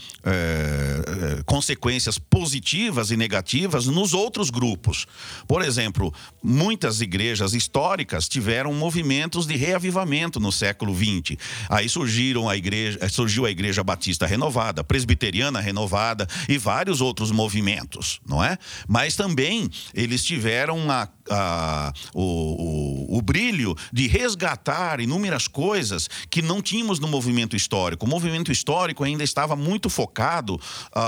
é, consequências positivas e negativas nos outros grupos. Por exemplo, muitas igrejas históricas tiveram movimentos de reavivamento no século vinte. Aí surgiram a igreja, surgiu a Igreja Batista Renovada, Presbiteriana Renovada e vários outros movimentos, não é? Mas também eles tiveram a, a, o, o, o brilho de resgatar inúmeras coisas que não tínhamos no movimento histórico. O movimento histórico ainda estava muito focado,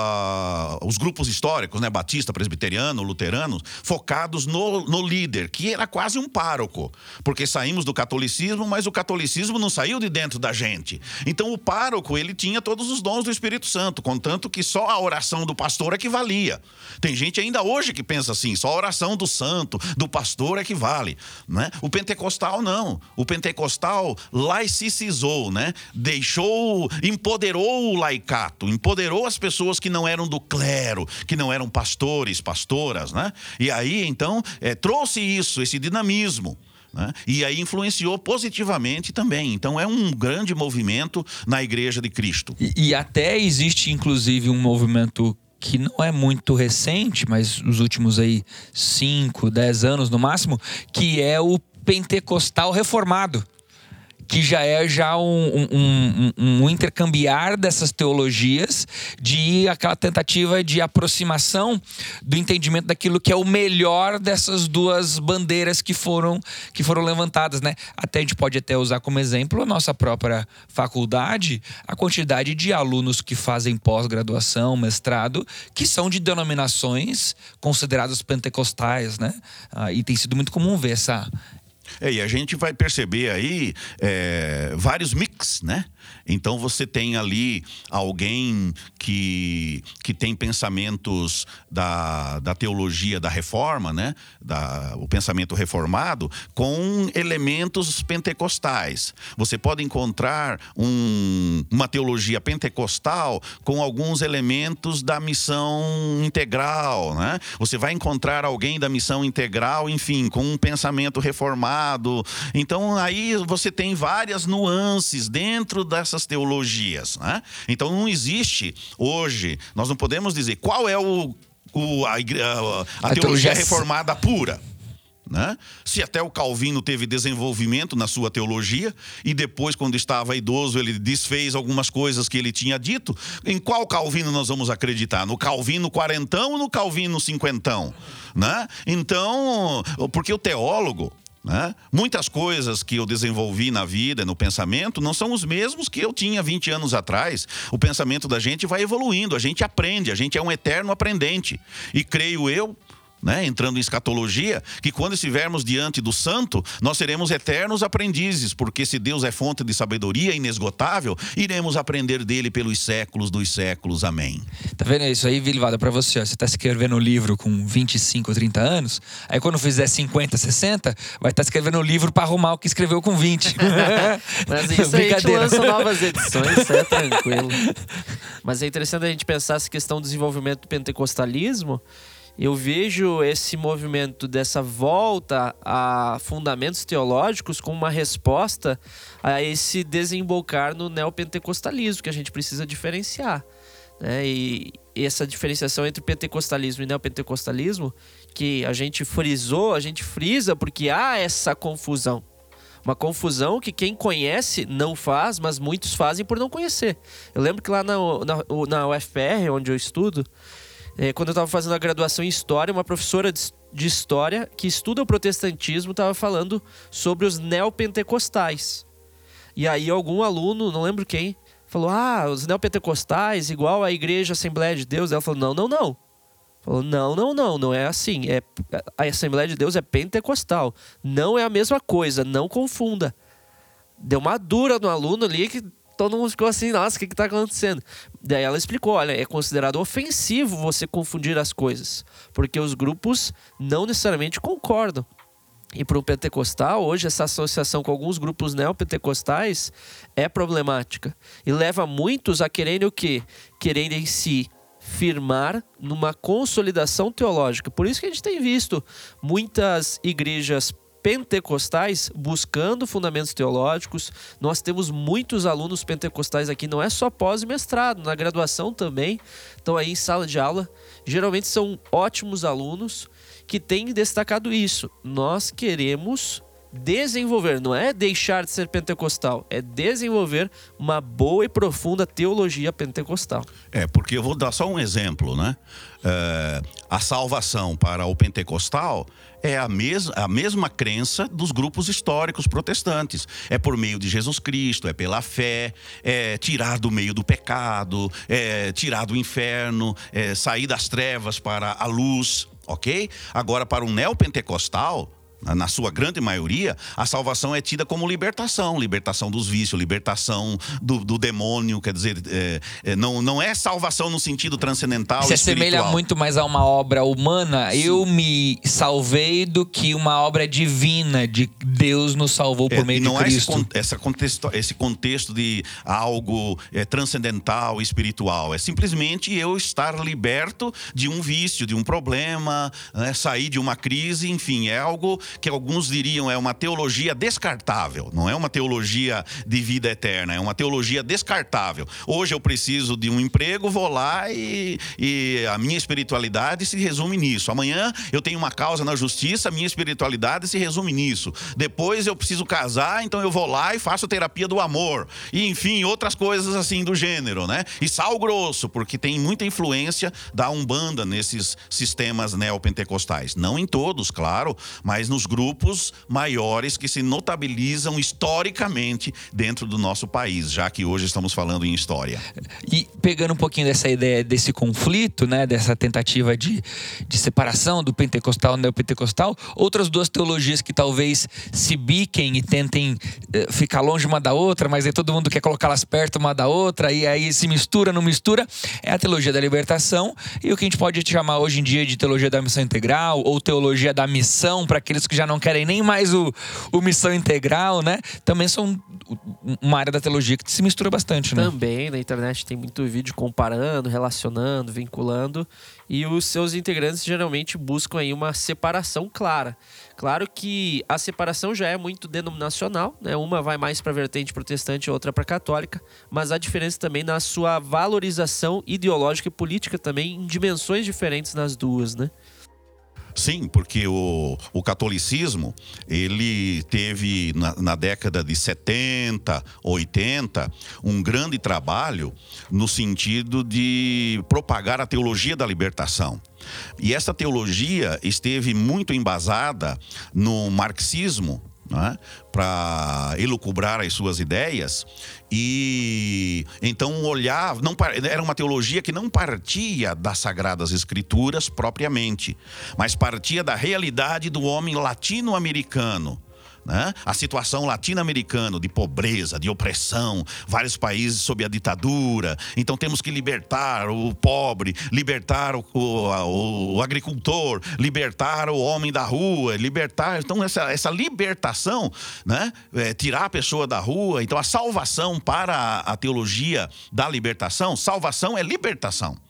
uh, os grupos históricos, né, batista, presbiteriano, luterano, focados no, no líder, que era quase um pároco, porque saímos do catolicismo, mas o catolicismo não saiu de dentro da gente. Então o pároco, ele tinha todos os dons do Espírito Santo, contanto que só a oração do pastor é que valia. Tem gente ainda hoje que pensa assim, só a oração do santo, do pastor é que vale, né? O pentecostal não. O pentecostal laicizou, né? Deixou, empoderou o laicato, empoderou as pessoas que não eram do clero, que não eram pastores, pastoras, né? E aí, então, é, trouxe isso, esse dinamismo. Né? E aí influenciou positivamente também. Então é um grande movimento na Igreja de Cristo. E, e até existe, inclusive, um movimento que não é muito recente, mas os últimos aí cinco, dez anos no máximo, que é o pentecostal reformado, que já é já um, um, um, um intercambiar dessas teologias, de aquela tentativa de aproximação do entendimento daquilo que é o melhor dessas duas bandeiras que foram, que foram levantadas, né? Até a gente pode até usar como exemplo a nossa própria faculdade, a quantidade de alunos que fazem pós-graduação, mestrado, que são de denominações consideradas pentecostais, né? Ah, e tem sido muito comum ver essa... É, e a gente vai perceber aí é, vários mix, né? Então você tem ali alguém que, que tem pensamentos da, da teologia da reforma, né? Da, o pensamento reformado, com elementos pentecostais. Você pode encontrar um, uma teologia pentecostal com alguns elementos da missão integral, né? Você vai encontrar alguém da missão integral, enfim, com um pensamento reformado. Então aí você tem várias nuances dentro dessas teologias, né? Então não existe hoje, nós não podemos dizer qual é o, o, a, a, a, a teologia, teologia reformada pura. Né? Se até o Calvino teve desenvolvimento na sua teologia e depois, quando estava idoso, ele desfez algumas coisas que ele tinha dito, em qual Calvino nós vamos acreditar? No Calvino quarentão ou no Calvino cinquentão? Né? Então, porque o teólogo, né? Muitas coisas que eu desenvolvi na vida, no pensamento, não são os mesmos que eu tinha vinte anos atrás. O pensamento da gente vai evoluindo, a gente aprende, a gente é um eterno aprendente. E creio eu, né, entrando em escatologia, que quando estivermos diante do santo, nós seremos eternos aprendizes, porque se Deus é fonte de sabedoria inesgotável, iremos aprender dele pelos séculos dos séculos. Amém. Tá vendo isso aí, Vilivada, pra você? Ó, você tá escrevendo um livro com vinte e cinco, trinta anos, aí quando fizer cinquenta, sessenta, vai estar escrevendo um livro pra arrumar o que escreveu com vinte. Mas isso aí a gente lança novas edições, isso é tranquilo. Mas é interessante a gente pensar essa questão do desenvolvimento do pentecostalismo. Eu vejo esse movimento dessa volta a fundamentos teológicos como uma resposta a esse desembocar no neopentecostalismo, que a gente precisa diferenciar. né? E essa diferenciação entre pentecostalismo e neopentecostalismo, que a gente frisou, a gente frisa porque há essa confusão. Uma confusão que quem conhece não faz, mas muitos fazem por não conhecer. Eu lembro que lá na, na, na U F P R, onde eu estudo, é, quando eu estava fazendo a graduação em História, uma professora de, de História que estuda o protestantismo estava falando sobre os neopentecostais. E aí algum aluno, não lembro quem, falou, ah, os neopentecostais igual a Igreja Assembleia de Deus. Ela falou, não, não, não. Falou, não, não, não, não é assim. É, a Assembleia de Deus é pentecostal. Não é a mesma coisa, não confunda. Deu uma dura no aluno ali que todo mundo ficou assim, nossa, o que está acontecendo? Daí ela explicou, olha, é considerado ofensivo você confundir as coisas, porque os grupos não necessariamente concordam. E para o pentecostal, hoje, essa associação com alguns grupos neopentecostais é problemática. E leva muitos a quererem o quê? Quererem se firmar numa consolidação teológica. Por isso que a gente tem visto muitas igrejas pentecostais buscando fundamentos teológicos. Nós temos muitos alunos pentecostais aqui, não é só pós e mestrado, na graduação também, estão aí em sala de aula. Geralmente são ótimos alunos que têm destacado isso. Nós queremos desenvolver, não é deixar de ser pentecostal, é desenvolver uma boa e profunda teologia pentecostal. É, porque eu vou dar só um exemplo, né? É, a salvação para o pentecostal é a, mes a mesma crença dos grupos históricos protestantes. É por meio de Jesus Cristo, é pela fé, é tirar do meio do pecado, é tirar do inferno, é sair das trevas para a luz, ok? Agora, para um neopentecostal, na sua grande maioria, a salvação é tida como libertação, libertação dos vícios, libertação do, do demônio, quer dizer, é, é, não, não é salvação no sentido transcendental, se espiritual. assemelha muito mais a uma obra humana. Sim. Eu me salvei do que uma obra divina, de Deus nos salvou por é, meio não de Cristo. Não é esse contexto, esse contexto de algo é, transcendental, espiritual. É simplesmente eu estar liberto de um vício, de um problema, né, sair de uma crise, enfim, é algo que alguns diriam é uma teologia descartável, não é uma teologia de vida eterna, é uma teologia descartável. Hoje eu preciso de um emprego, vou lá e, e a minha espiritualidade se resume nisso. Amanhã eu tenho uma causa na justiça, a minha espiritualidade se resume nisso. Depois eu preciso casar, então eu vou lá e faço terapia do amor. E enfim, outras coisas assim do gênero, né? E sal grosso, porque tem muita influência da Umbanda nesses sistemas neopentecostais. Não em todos, claro, mas no nos grupos maiores que se notabilizam historicamente dentro do nosso país, já que hoje estamos falando em história. E pegando um pouquinho dessa ideia desse conflito, né, dessa tentativa de, de separação do pentecostal e neopentecostal, outras duas teologias que talvez se biquem e tentem eh, ficar longe uma da outra, mas aí todo mundo quer colocá-las perto uma da outra, e aí se mistura, não mistura, é a teologia da libertação e o que a gente pode chamar hoje em dia de teologia da missão integral ou teologia da missão para aqueles que já não querem nem mais o, o missão integral, né? Também são uma área da teologia que se mistura bastante, né? Também na internet tem muito vídeo comparando, relacionando, vinculando, e os seus integrantes geralmente buscam aí uma separação clara. Claro que a separação já é muito denominacional, né? Uma vai mais para a vertente protestante, outra para a católica, mas há diferença também na sua valorização ideológica e política também, em dimensões diferentes nas duas, né? Sim, porque o, o catolicismo, ele teve na, na década de setenta, oitenta, um grande trabalho no sentido de propagar a teologia da libertação. E essa teologia esteve muito embasada no marxismo, né, para elucubrar as suas ideias, e então olhar, não, era uma teologia que não partia das Sagradas Escrituras propriamente, mas partia da realidade do homem latino-americano, né? A situação latino-americana de pobreza, de opressão, vários países sob a ditadura. Então temos que libertar o pobre, libertar o, o, o agricultor, libertar o homem da rua, libertar. Então essa, essa libertação, né? É, tirar a pessoa da rua. Então a salvação para a, a teologia da libertação, salvação é libertação.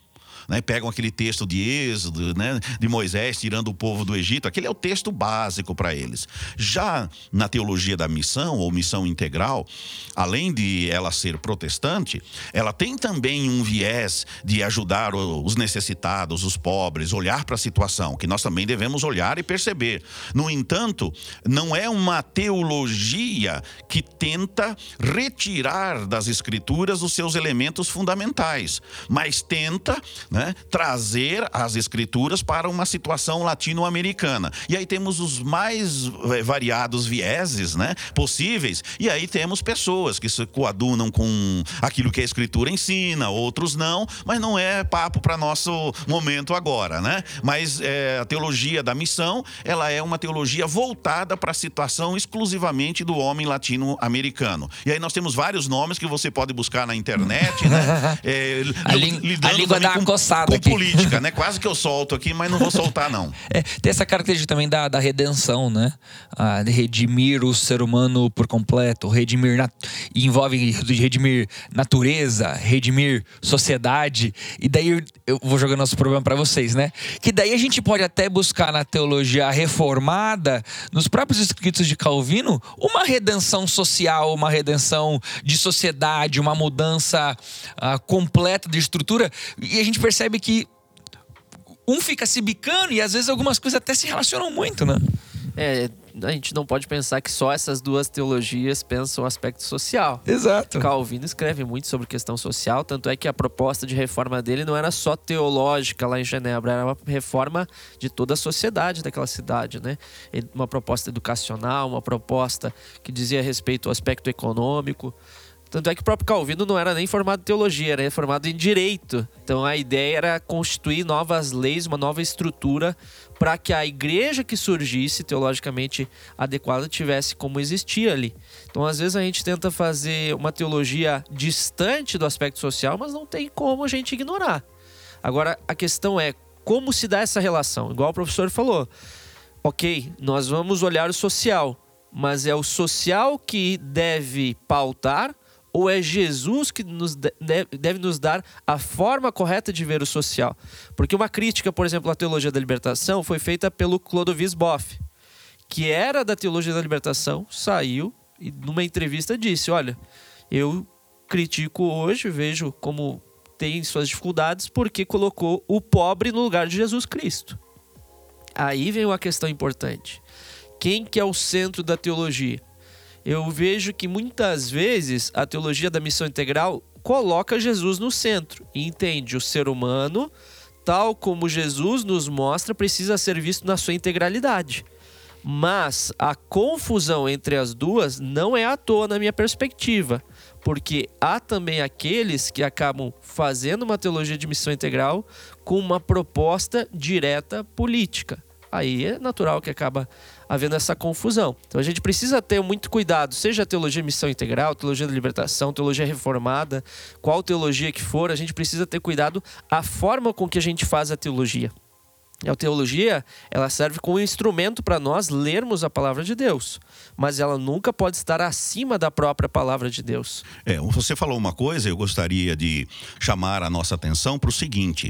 né? Pegam aquele texto de Êxodo, né? De Moisés tirando o povo do Egito. Aquele é o texto básico para eles. Já na teologia da missão, ou missão integral, além de ela ser protestante, ela tem também um viés de ajudar os necessitados, os pobres, olhar para a situação, que nós também devemos olhar e perceber. No entanto, não é uma teologia que tenta retirar das escrituras os seus elementos fundamentais, mas tenta, né, trazer as escrituras para uma situação latino-americana. E aí temos os mais variados vieses, né, possíveis, e aí temos pessoas que se coadunam com aquilo que a escritura ensina, outros não, mas não é papo para nosso momento agora, né? Mas é, a teologia da missão, ela é uma teologia voltada para a situação exclusivamente do homem latino-americano. E aí nós temos vários nomes que você pode buscar na internet, né? É, a, lidando a língua dá uma com, coçada com aqui. política, né? Quase que eu solto aqui, mas não vou soltar, não. É, tem essa característica também da, da redenção, né? Ah, de redimir o ser humano por completo, redimir nat... envolve redimir natureza, redimir sociedade. E daí eu, eu vou jogando nosso problema para vocês, né? Que daí a gente pode até buscar na teologia reformada, nos próprios escritos de Calvino, uma redenção social, uma redenção de sociedade, uma mudança ah, completa de estrutura. E a gente percebe que um fica se bicando e às vezes algumas coisas até se relacionam muito, né? É, a gente não pode pensar que só essas duas teologias pensam o aspecto social. Exato. Calvino escreve muito sobre questão social, tanto é que a proposta de reforma dele não era só teológica lá em Genebra, era uma reforma de toda a sociedade daquela cidade, né? Uma proposta educacional, uma proposta que dizia respeito ao aspecto econômico. Tanto é que o próprio Calvino não era nem formado em teologia, era formado em direito. Então a ideia era constituir novas leis, uma nova estrutura para que a igreja que surgisse teologicamente adequada tivesse como existir ali. Então às vezes a gente tenta fazer uma teologia distante do aspecto social, mas não tem como a gente ignorar. Agora a questão é como se dá essa relação. Igual o professor falou, ok, nós vamos olhar o social, mas é o social que deve pautar, ou é Jesus que nos deve, deve nos dar a forma correta de ver o social? Porque uma crítica, por exemplo, à teologia da libertação foi feita pelo Clodovis Boff, que era da teologia da libertação, saiu e numa entrevista disse, olha, eu critico hoje, vejo como tem suas dificuldades porque colocou o pobre no lugar de Jesus Cristo. Aí vem uma questão importante. Quem que é o centro da teologia? Eu vejo que muitas vezes a teologia da missão integral coloca Jesus no centro e entende o ser humano, tal como Jesus nos mostra, precisa ser visto na sua integralidade. Mas a confusão entre as duas não é à toa na minha perspectiva, porque há também aqueles que acabam fazendo uma teologia de missão integral com uma proposta direta política. Aí é natural que acaba havendo essa confusão. Então a gente precisa ter muito cuidado, seja a teologia de missão integral, teologia da libertação, teologia reformada, qual teologia que for, a gente precisa ter cuidado a forma com que a gente faz a teologia. A teologia, ela serve como instrumento para nós lermos a palavra de Deus, mas ela nunca pode estar acima da própria palavra de Deus. É, você falou uma coisa, eu gostaria de chamar a nossa atenção para o seguinte: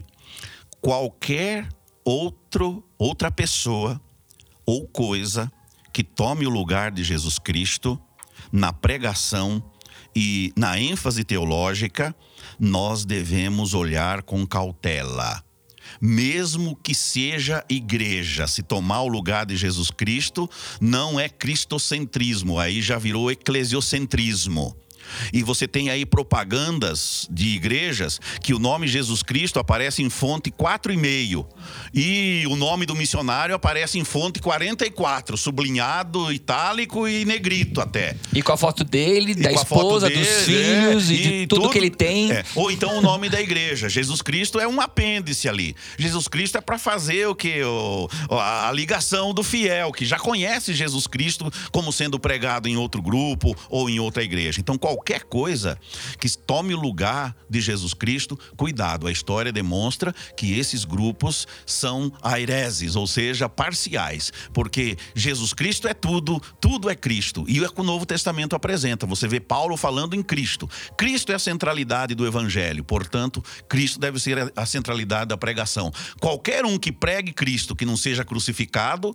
qualquer outro, outra pessoa ou coisa que tome o lugar de Jesus Cristo na pregação e na ênfase teológica, nós devemos olhar com cautela. Mesmo que seja igreja, se tomar o lugar de Jesus Cristo, não é cristocentrismo, aí já virou eclesiocentrismo. E você tem aí propagandas de igrejas que o nome Jesus Cristo aparece em fonte quatro e meio e o nome do missionário aparece em fonte quarenta e quatro, sublinhado, itálico e negrito até. E com a foto dele, da esposa, dele, dos filhos é, e de e tudo, tudo que ele tem. É. Ou então o nome da igreja. Jesus Cristo é um apêndice ali. Jesus Cristo é para fazer o que? O, a, a ligação do fiel, que já conhece Jesus Cristo como sendo pregado em outro grupo ou em outra igreja. Então qual qualquer coisa que tome o lugar de Jesus Cristo, cuidado, a história demonstra que esses grupos são aireses, ou seja, parciais, porque Jesus Cristo é tudo, tudo é Cristo, e é o que o Novo Testamento apresenta. Você vê Paulo falando em Cristo. Cristo é a centralidade do Evangelho, portanto, Cristo deve ser a centralidade da pregação. Qualquer um que pregue Cristo que não seja crucificado,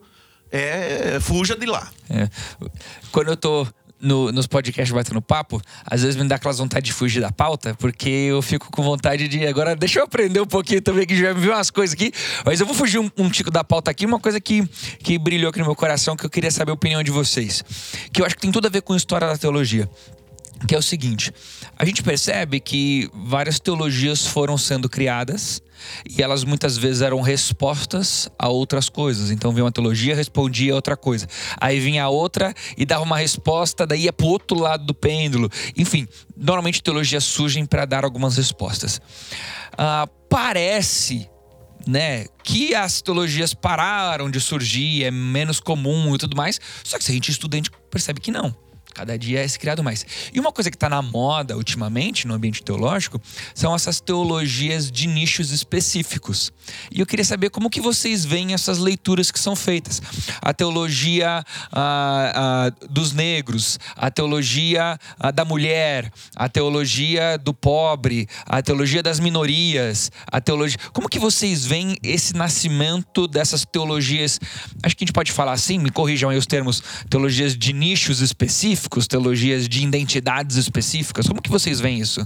é, fuja de lá. É. Quando eu tô no, nos podcasts batendo papo, às vezes me dá aquelas vontade de fugir da pauta, porque eu fico com vontade de... Agora, deixa eu aprender um pouquinho também, que já me viu umas coisas aqui, mas eu vou fugir um, um tico da pauta aqui. Uma coisa que, que brilhou aqui no meu coração, que eu queria saber a opinião de vocês, que eu acho que tem tudo a ver com a história da teologia, que é o seguinte: a gente percebe que várias teologias foram sendo criadas e elas muitas vezes eram respostas a outras coisas. Então vinha uma teologia, respondia a outra coisa. Aí vinha a outra e dava uma resposta, daí ia para o outro lado do pêndulo. Enfim, normalmente teologias surgem para dar algumas respostas. Ah, parece... né, que as teologias pararam de surgir, é menos comum e tudo mais. Só que se a gente estuda, a gente percebe que não. Cada dia é se criado mais. E uma coisa que está na moda ultimamente no ambiente teológico são essas teologias de nichos específicos. E eu queria saber como que vocês veem essas leituras que são feitas. A teologia ah, ah, dos negros, a teologia ah, da mulher, a teologia do pobre, a teologia das minorias, a teologia... Como que vocês veem esse nascimento dessas teologias? Acho que a gente pode falar assim, me corrijam aí os termos, teologias de nichos específicos, teologias de identidades específicas. Como que vocês veem isso?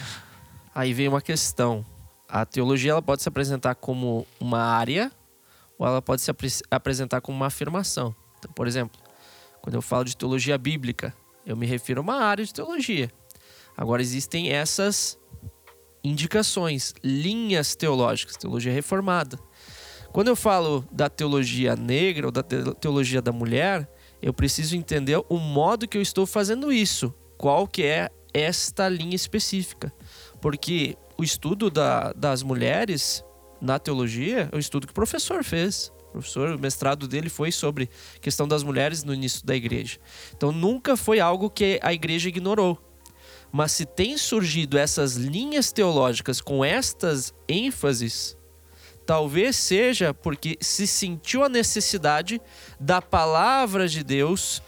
Aí vem uma questão. A teologia ela pode se apresentar como uma área ou ela pode se ap- apresentar como uma afirmação. Então, por exemplo, quando eu falo de teologia bíblica, eu me refiro a uma área de teologia. Agora existem essas indicações, linhas teológicas, teologia reformada. Quando eu falo da teologia negra ou da teologia da mulher, eu preciso entender o modo que eu estou fazendo isso. Qual que é esta linha específica. Porque o estudo da, das mulheres na teologia é o estudo que o professor fez. O professor, o mestrado dele foi sobre a questão das mulheres no início da igreja. Então nunca foi algo que a igreja ignorou. Mas se tem surgido essas linhas teológicas com estas ênfases, talvez seja porque se sentiu a necessidade da palavra de Deus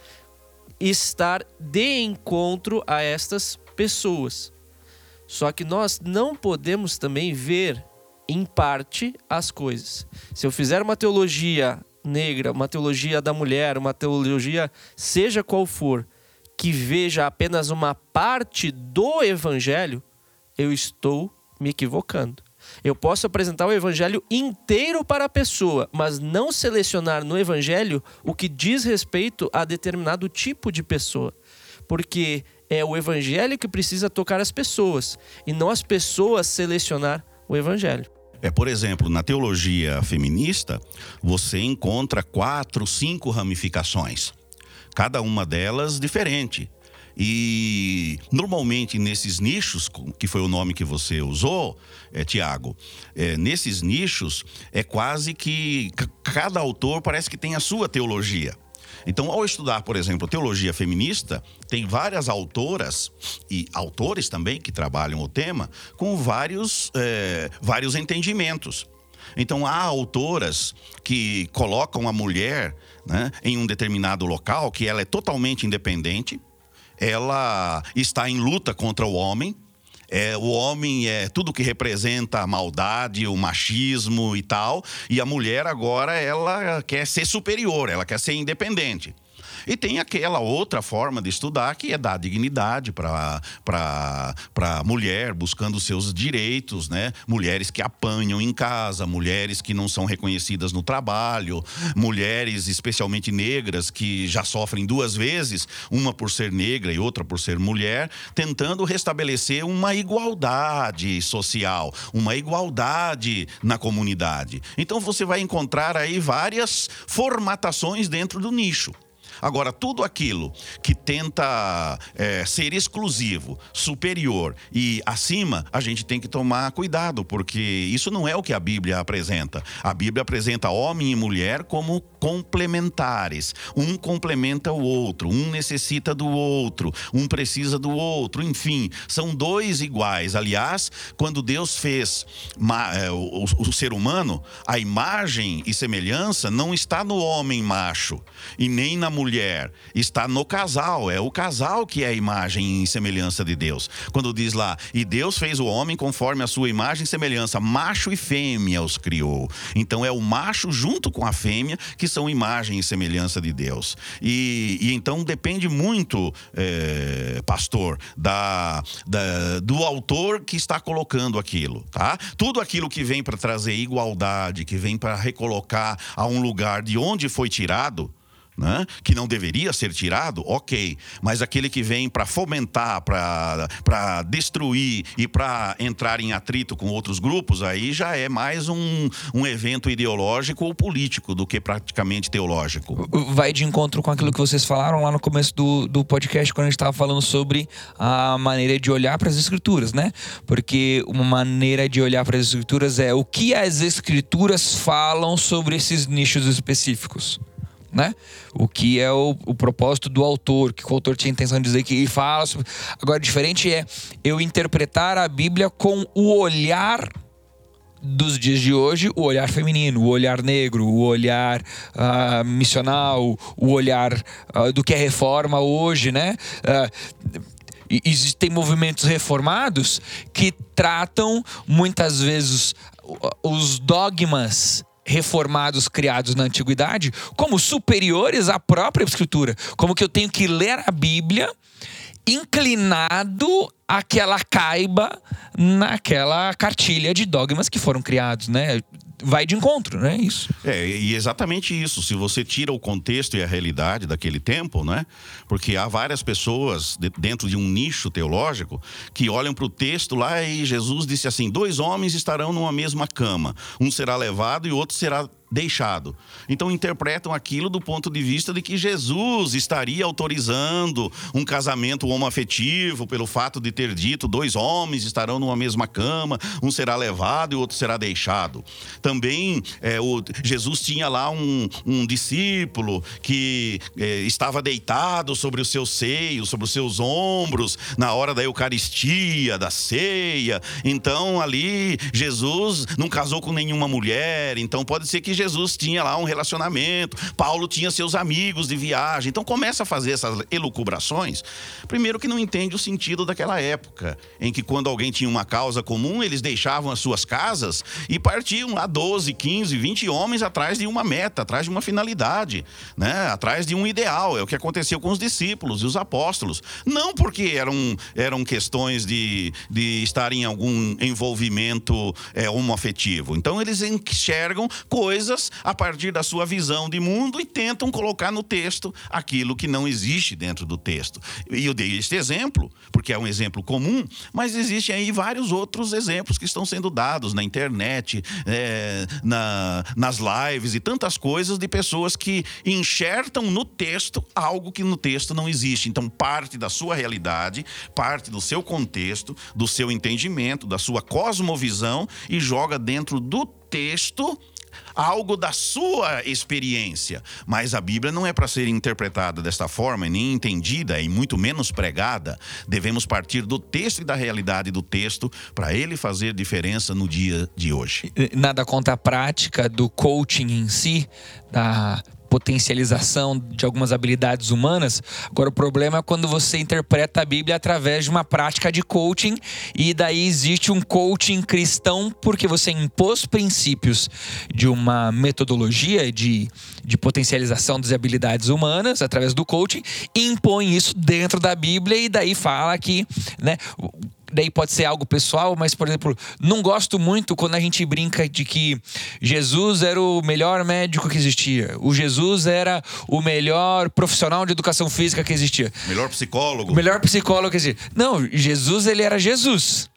estar de encontro a estas pessoas. Só que nós não podemos também ver em parte as coisas. Se eu fizer uma teologia negra, uma teologia da mulher, uma teologia seja qual for, que veja apenas uma parte do evangelho, eu estou me equivocando. Eu posso apresentar o evangelho inteiro para a pessoa, mas não selecionar no evangelho o que diz respeito a determinado tipo de pessoa. Porque é o evangelho que precisa tocar as pessoas, e não as pessoas selecionar o evangelho. É, por exemplo, na teologia feminista, você encontra quatro, cinco ramificações. Cada uma delas diferente. E normalmente nesses nichos, que foi o nome que você usou, é, Tiago, é, nesses nichos é quase que c- cada autor parece que tem a sua teologia. Então, ao estudar, por exemplo, teologia feminista, tem várias autoras e autores também que trabalham o tema com vários, é, vários entendimentos. Então, há autoras que colocam a mulher, né, em um determinado local, que ela é totalmente independente, ela está em luta contra o homem, é, o homem é tudo que representa a maldade, o machismo e tal, e a mulher agora ela quer ser superior, ela quer ser independente. E tem aquela outra forma de estudar que é dar dignidade para a mulher, buscando seus direitos, né? Mulheres que apanham em casa, mulheres que não são reconhecidas no trabalho, mulheres especialmente negras que já sofrem duas vezes, uma por ser negra e outra por ser mulher, tentando restabelecer uma igualdade social, uma igualdade na comunidade. Então você vai encontrar aí várias formatações dentro do nicho. Agora, tudo aquilo que tenta é, ser exclusivo, superior e acima, a gente tem que tomar cuidado, porque isso não é o que a Bíblia apresenta. A Bíblia apresenta homem e mulher como complementares. Um complementa o outro, um necessita do outro, um precisa do outro, enfim, são dois iguais. Aliás, quando Deus fez o, o, o ser humano, a imagem e semelhança não está no homem macho e nem na mulher, está no casal. É o casal que é a imagem e semelhança de Deus. Quando diz lá, e Deus fez o homem conforme a sua imagem e semelhança, macho e fêmea os criou. Então é o macho junto com a fêmea que são imagem e semelhança de Deus. E, e então depende muito, é, pastor, da, da, do autor que está colocando aquilo, tá? Tudo aquilo que vem para trazer igualdade, que vem para recolocar a um lugar de onde foi tirado, né? Que não deveria ser tirado, ok, mas aquele que vem para fomentar, para destruir e para entrar em atrito com outros grupos, aí já é mais um, um evento ideológico ou político do que praticamente teológico. Vai de encontro com aquilo que vocês falaram lá no começo do, do podcast, quando a gente estava falando sobre a maneira de olhar para as escrituras, né? Porque uma maneira de olhar para as escrituras é o que as escrituras falam sobre esses nichos específicos, né? O que é o, o propósito do autor, que o autor tinha a intenção de dizer que ele fala sobre... Agora, diferente é eu interpretar a Bíblia com o olhar dos dias de hoje, o olhar feminino, o olhar negro, o olhar uh, missional, o olhar uh, do que é reforma hoje, né? Uh, existem movimentos reformados que tratam muitas vezes os dogmas reformados criados na antiguidade como superiores à própria escritura, como que eu tenho que ler a Bíblia inclinado a que ela caiba naquela cartilha de dogmas que foram criados, né? Vai de encontro, né? Isso. É, e exatamente isso. Se você tira o contexto e a realidade daquele tempo, né? Porque há várias pessoas de, dentro de um nicho teológico que olham para o texto lá e Jesus disse assim: dois homens estarão numa mesma cama, um será levado e o outro será deixado. Então interpretam aquilo do ponto de vista de que Jesus estaria autorizando um casamento homoafetivo pelo fato de ter dito dois homens estarão numa mesma cama, um será levado e o outro será deixado. Também é, o, Jesus tinha lá um, um discípulo que é, estava deitado sobre os seus seios, sobre os seus ombros na hora da Eucaristia, da ceia. Então ali Jesus não casou com nenhuma mulher, então pode ser que Jesus Jesus tinha lá um relacionamento, Paulo tinha seus amigos de viagem. Então começa a fazer essas elucubrações. Primeiro que não entende o sentido daquela época, em que quando alguém tinha uma causa comum, eles deixavam as suas casas e partiam lá doze, quinze, vinte homens atrás de uma meta, atrás de uma finalidade, né? Atrás de um ideal. É o que aconteceu com os discípulos e os apóstolos. Não porque eram, eram questões de, de estar em algum envolvimento é, homoafetivo. Então eles enxergam coisas a partir da sua visão de mundo e tentam colocar no texto aquilo que não existe dentro do texto. E eu dei este exemplo, porque é um exemplo comum, mas existem aí vários outros exemplos que estão sendo dados na internet, é, na, nas lives e tantas coisas de pessoas que enxertam no texto algo que no texto não existe. Então parte da sua realidade, parte do seu contexto, do seu entendimento, da sua cosmovisão e joga dentro do texto algo da sua experiência. Mas a Bíblia não é para ser interpretada desta forma, nem entendida e muito menos pregada. Devemos partir do texto e da realidade do texto para ele fazer diferença no dia de hoje. Nada contra a prática do coaching em si, da potencialização de algumas habilidades humanas. Agora, o problema é quando você interpreta a Bíblia através de uma prática de coaching e daí existe um coaching cristão porque você impôs princípios de uma metodologia de, de potencialização das habilidades humanas através do coaching e impõe isso dentro da Bíblia e daí fala que, né, daí pode ser algo pessoal, mas, por exemplo, não gosto muito quando a gente brinca de que Jesus era o melhor médico que existia. O Jesus era o melhor profissional de educação física que existia. Melhor psicólogo. O melhor psicólogo que existia. Não, Jesus, ele era Jesus.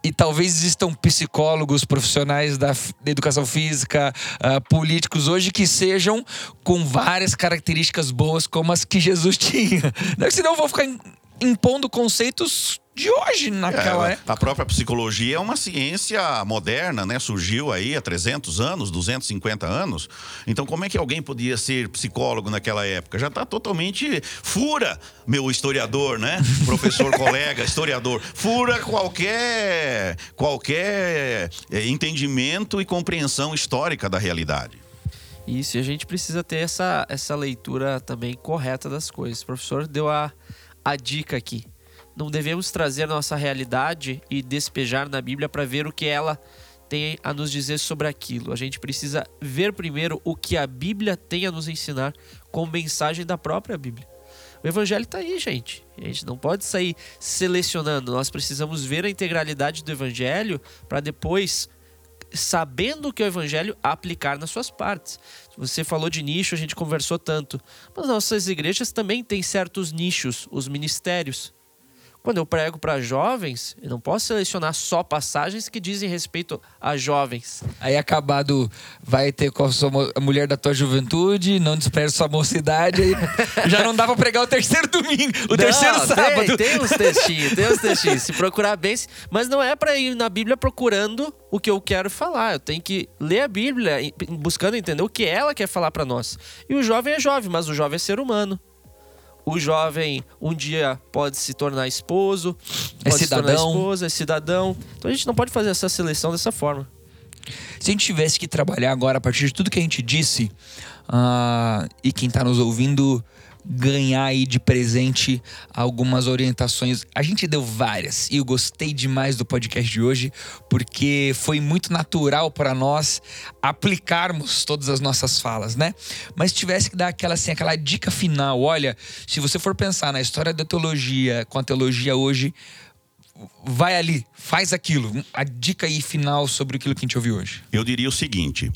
E talvez existam psicólogos, profissionais da, da educação física, uh, políticos hoje que sejam com várias características boas como as que Jesus tinha. Senão eu vou ficar impondo conceitos de hoje naquela é, época. A própria psicologia é uma ciência moderna, né? Surgiu aí há trezentos anos, duzentos e cinquenta anos. Então como é que alguém podia ser psicólogo naquela época? Já está totalmente fura, meu historiador, né? Professor, colega, historiador. Fura qualquer, qualquer entendimento e compreensão histórica da realidade. Isso, e a gente precisa ter essa, essa leitura também correta das coisas. O professor deu a, a dica aqui. Não devemos trazer a nossa realidade e despejar na Bíblia para ver o que ela tem a nos dizer sobre aquilo. A gente precisa ver primeiro o que a Bíblia tem a nos ensinar com mensagem da própria Bíblia. O Evangelho está aí, gente. A gente não pode sair selecionando. Nós precisamos ver a integralidade do Evangelho para depois, sabendo o que é o Evangelho, aplicar nas suas partes. Você falou de nicho, a gente conversou tanto. Mas nossas igrejas também têm certos nichos, os ministérios. Quando eu prego para jovens, eu não posso selecionar só passagens que dizem respeito a jovens. Aí acabado, vai ter com a, sua, a mulher da tua juventude, não despreze sua mocidade. Aí já não dá para pregar o terceiro domingo, o não, terceiro sábado. Tem, tem uns textinhos, tem uns textinhos. Se procurar bem, mas não é para ir na Bíblia procurando o que eu quero falar. Eu tenho que ler a Bíblia buscando entender o que ela quer falar para nós. E o jovem é jovem, mas o jovem é ser humano. O jovem um dia pode se tornar esposo, é pode cidadão. se tornar esposa, é cidadão. Então a gente não pode fazer essa seleção dessa forma. Se a gente tivesse que trabalhar agora a partir de tudo que a gente disse, uh, e quem está nos ouvindo ganhar aí de presente algumas orientações. A gente deu várias e eu gostei demais do podcast de hoje porque foi muito natural para nós aplicarmos todas as nossas falas, né? Mas se tivesse que dar aquela, assim, aquela dica final, olha, se você for pensar na história da teologia com a teologia hoje, vai ali, faz aquilo. A dica aí final sobre aquilo que a gente ouviu hoje. Eu diria o seguinte,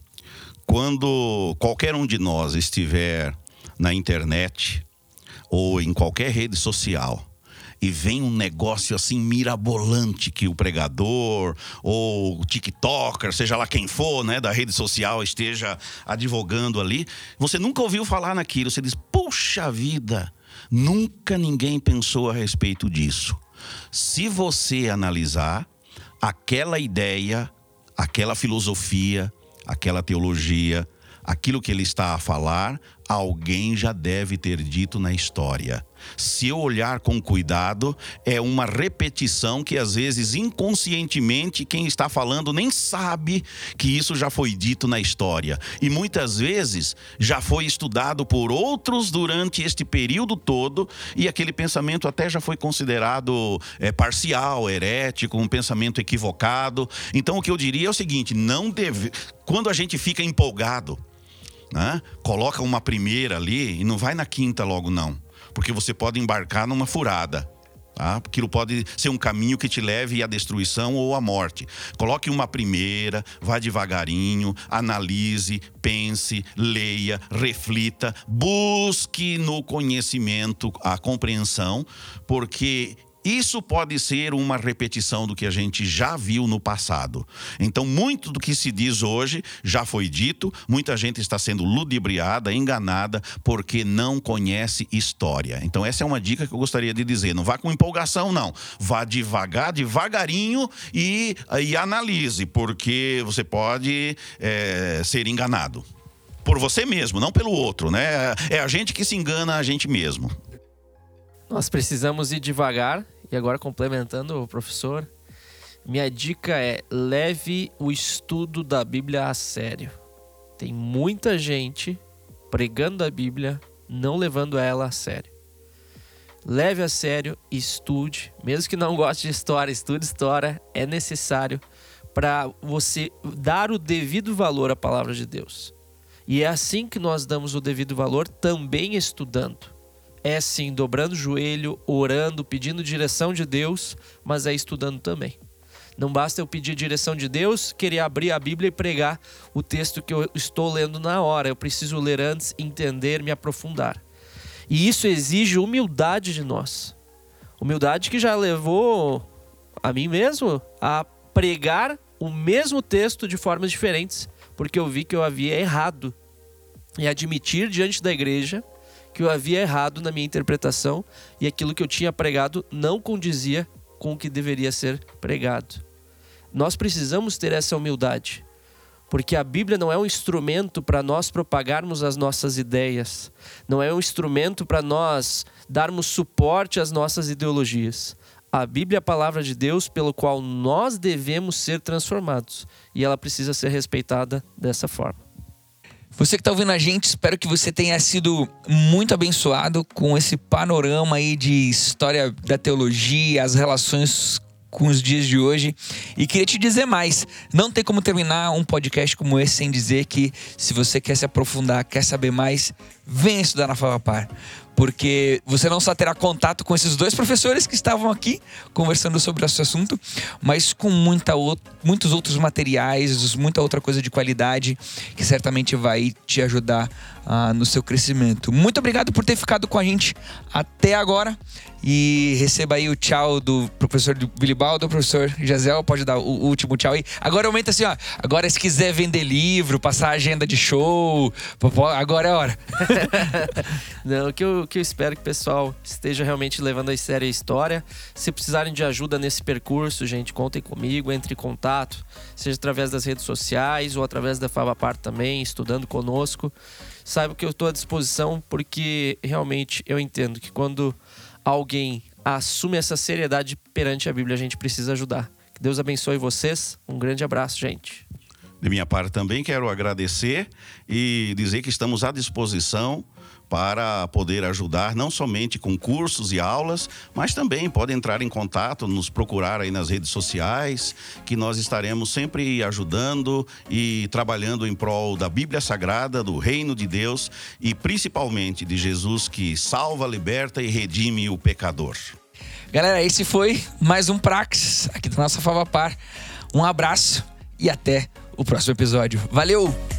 quando qualquer um de nós estiver na internet ou em qualquer rede social e vem um negócio assim mirabolante que o pregador ou o tiktoker, seja lá quem for, né, da rede social esteja advogando ali, você nunca ouviu falar naquilo, você diz, puxa vida, nunca ninguém pensou a respeito disso. Se você analisar aquela ideia, aquela filosofia, aquela teologia, aquilo que ele está a falar, alguém já deve ter dito na história. Se eu olhar com cuidado, é uma repetição que às vezes inconscientemente quem está falando nem sabe que isso já foi dito na história. E muitas vezes já foi estudado por outros durante este período todo e aquele pensamento até já foi considerado é, parcial, herético, um pensamento equivocado. Então o que eu diria é o seguinte, não deve... quando a gente fica empolgado, né, coloca uma primeira ali e não vai na quinta logo não, porque você pode embarcar numa furada, tá? Aquilo pode ser um caminho que te leve à destruição ou à morte. Coloque uma primeira, vá devagarinho, analise, pense, leia, reflita, busque no conhecimento a compreensão, porque isso pode ser uma repetição do que a gente já viu no passado. Então, muito do que se diz hoje já foi dito. Muita gente está sendo ludibriada, enganada, porque não conhece história. Então, essa é uma dica que eu gostaria de dizer. Não vá com empolgação, não. Vá devagar, devagarinho e, e analise, porque você pode é, ser enganado. Por você mesmo, não pelo outro, né? É a gente que se engana a gente mesmo. Nós precisamos ir devagar. E agora, complementando o professor, minha dica é: leve o estudo da Bíblia a sério. Tem muita gente pregando a Bíblia, não levando ela a sério. Leve a sério, estude. Mesmo que não goste de história, estude história. É necessário para você dar o devido valor à palavra de Deus. E é assim que nós damos o devido valor, também estudando. É sim, dobrando o joelho, orando, pedindo direção de Deus, mas é estudando também. Não basta eu pedir direção de Deus, querer abrir a Bíblia e pregar o texto que eu estou lendo na hora. Eu preciso ler antes, entender, me aprofundar. E isso exige humildade de nós. Humildade que já levou a mim mesmo a pregar o mesmo texto de formas diferentes, porque eu vi que eu havia errado. E admitir diante da igreja que eu havia errado na minha interpretação e aquilo que eu tinha pregado não condizia com o que deveria ser pregado. Nós precisamos ter essa humildade, porque a Bíblia não é um instrumento para nós propagarmos as nossas ideias, não é um instrumento para nós darmos suporte às nossas ideologias. A Bíblia é a palavra de Deus pelo qual nós devemos ser transformados, e ela precisa ser respeitada dessa forma. Você que está ouvindo a gente, espero que você tenha sido muito abençoado com esse panorama aí de história da teologia, as relações com os dias de hoje. E queria te dizer mais, não tem como terminar um podcast como esse sem dizer que se você quer se aprofundar, quer saber mais, venha estudar na FABAPAR. Porque você não só terá contato com esses dois professores que estavam aqui conversando sobre esse assunto, mas com muita o... muitos outros materiais, muita outra coisa de qualidade que certamente vai te ajudar uh, no seu crescimento. Muito obrigado por ter ficado com a gente até agora e receba aí o tchau do professor Vilibaldo, professor Jaziel, pode dar o último tchau aí. Agora aumenta assim, ó, agora se quiser vender livro, passar agenda de show, agora é a hora. Não, o que eu, o que eu espero que o pessoal esteja realmente levando a sério a história. Se precisarem de ajuda nesse percurso, gente, contem comigo, entre em contato, seja através das redes sociais ou através da FABAPAR também, estudando conosco. Saiba que eu estou à disposição, porque realmente eu entendo que quando alguém assume essa seriedade perante a Bíblia, a gente precisa ajudar. Que Deus abençoe vocês. Um grande abraço, gente. De minha parte também quero agradecer e dizer que estamos à disposição para poder ajudar, não somente com cursos e aulas, mas também pode entrar em contato, nos procurar aí nas redes sociais, que nós estaremos sempre ajudando e trabalhando em prol da Bíblia Sagrada, do Reino de Deus e principalmente de Jesus que salva, liberta e redime o pecador. Galera, esse foi mais um Praxis aqui da nossa FABAPAR. Um abraço e até o próximo episódio. Valeu!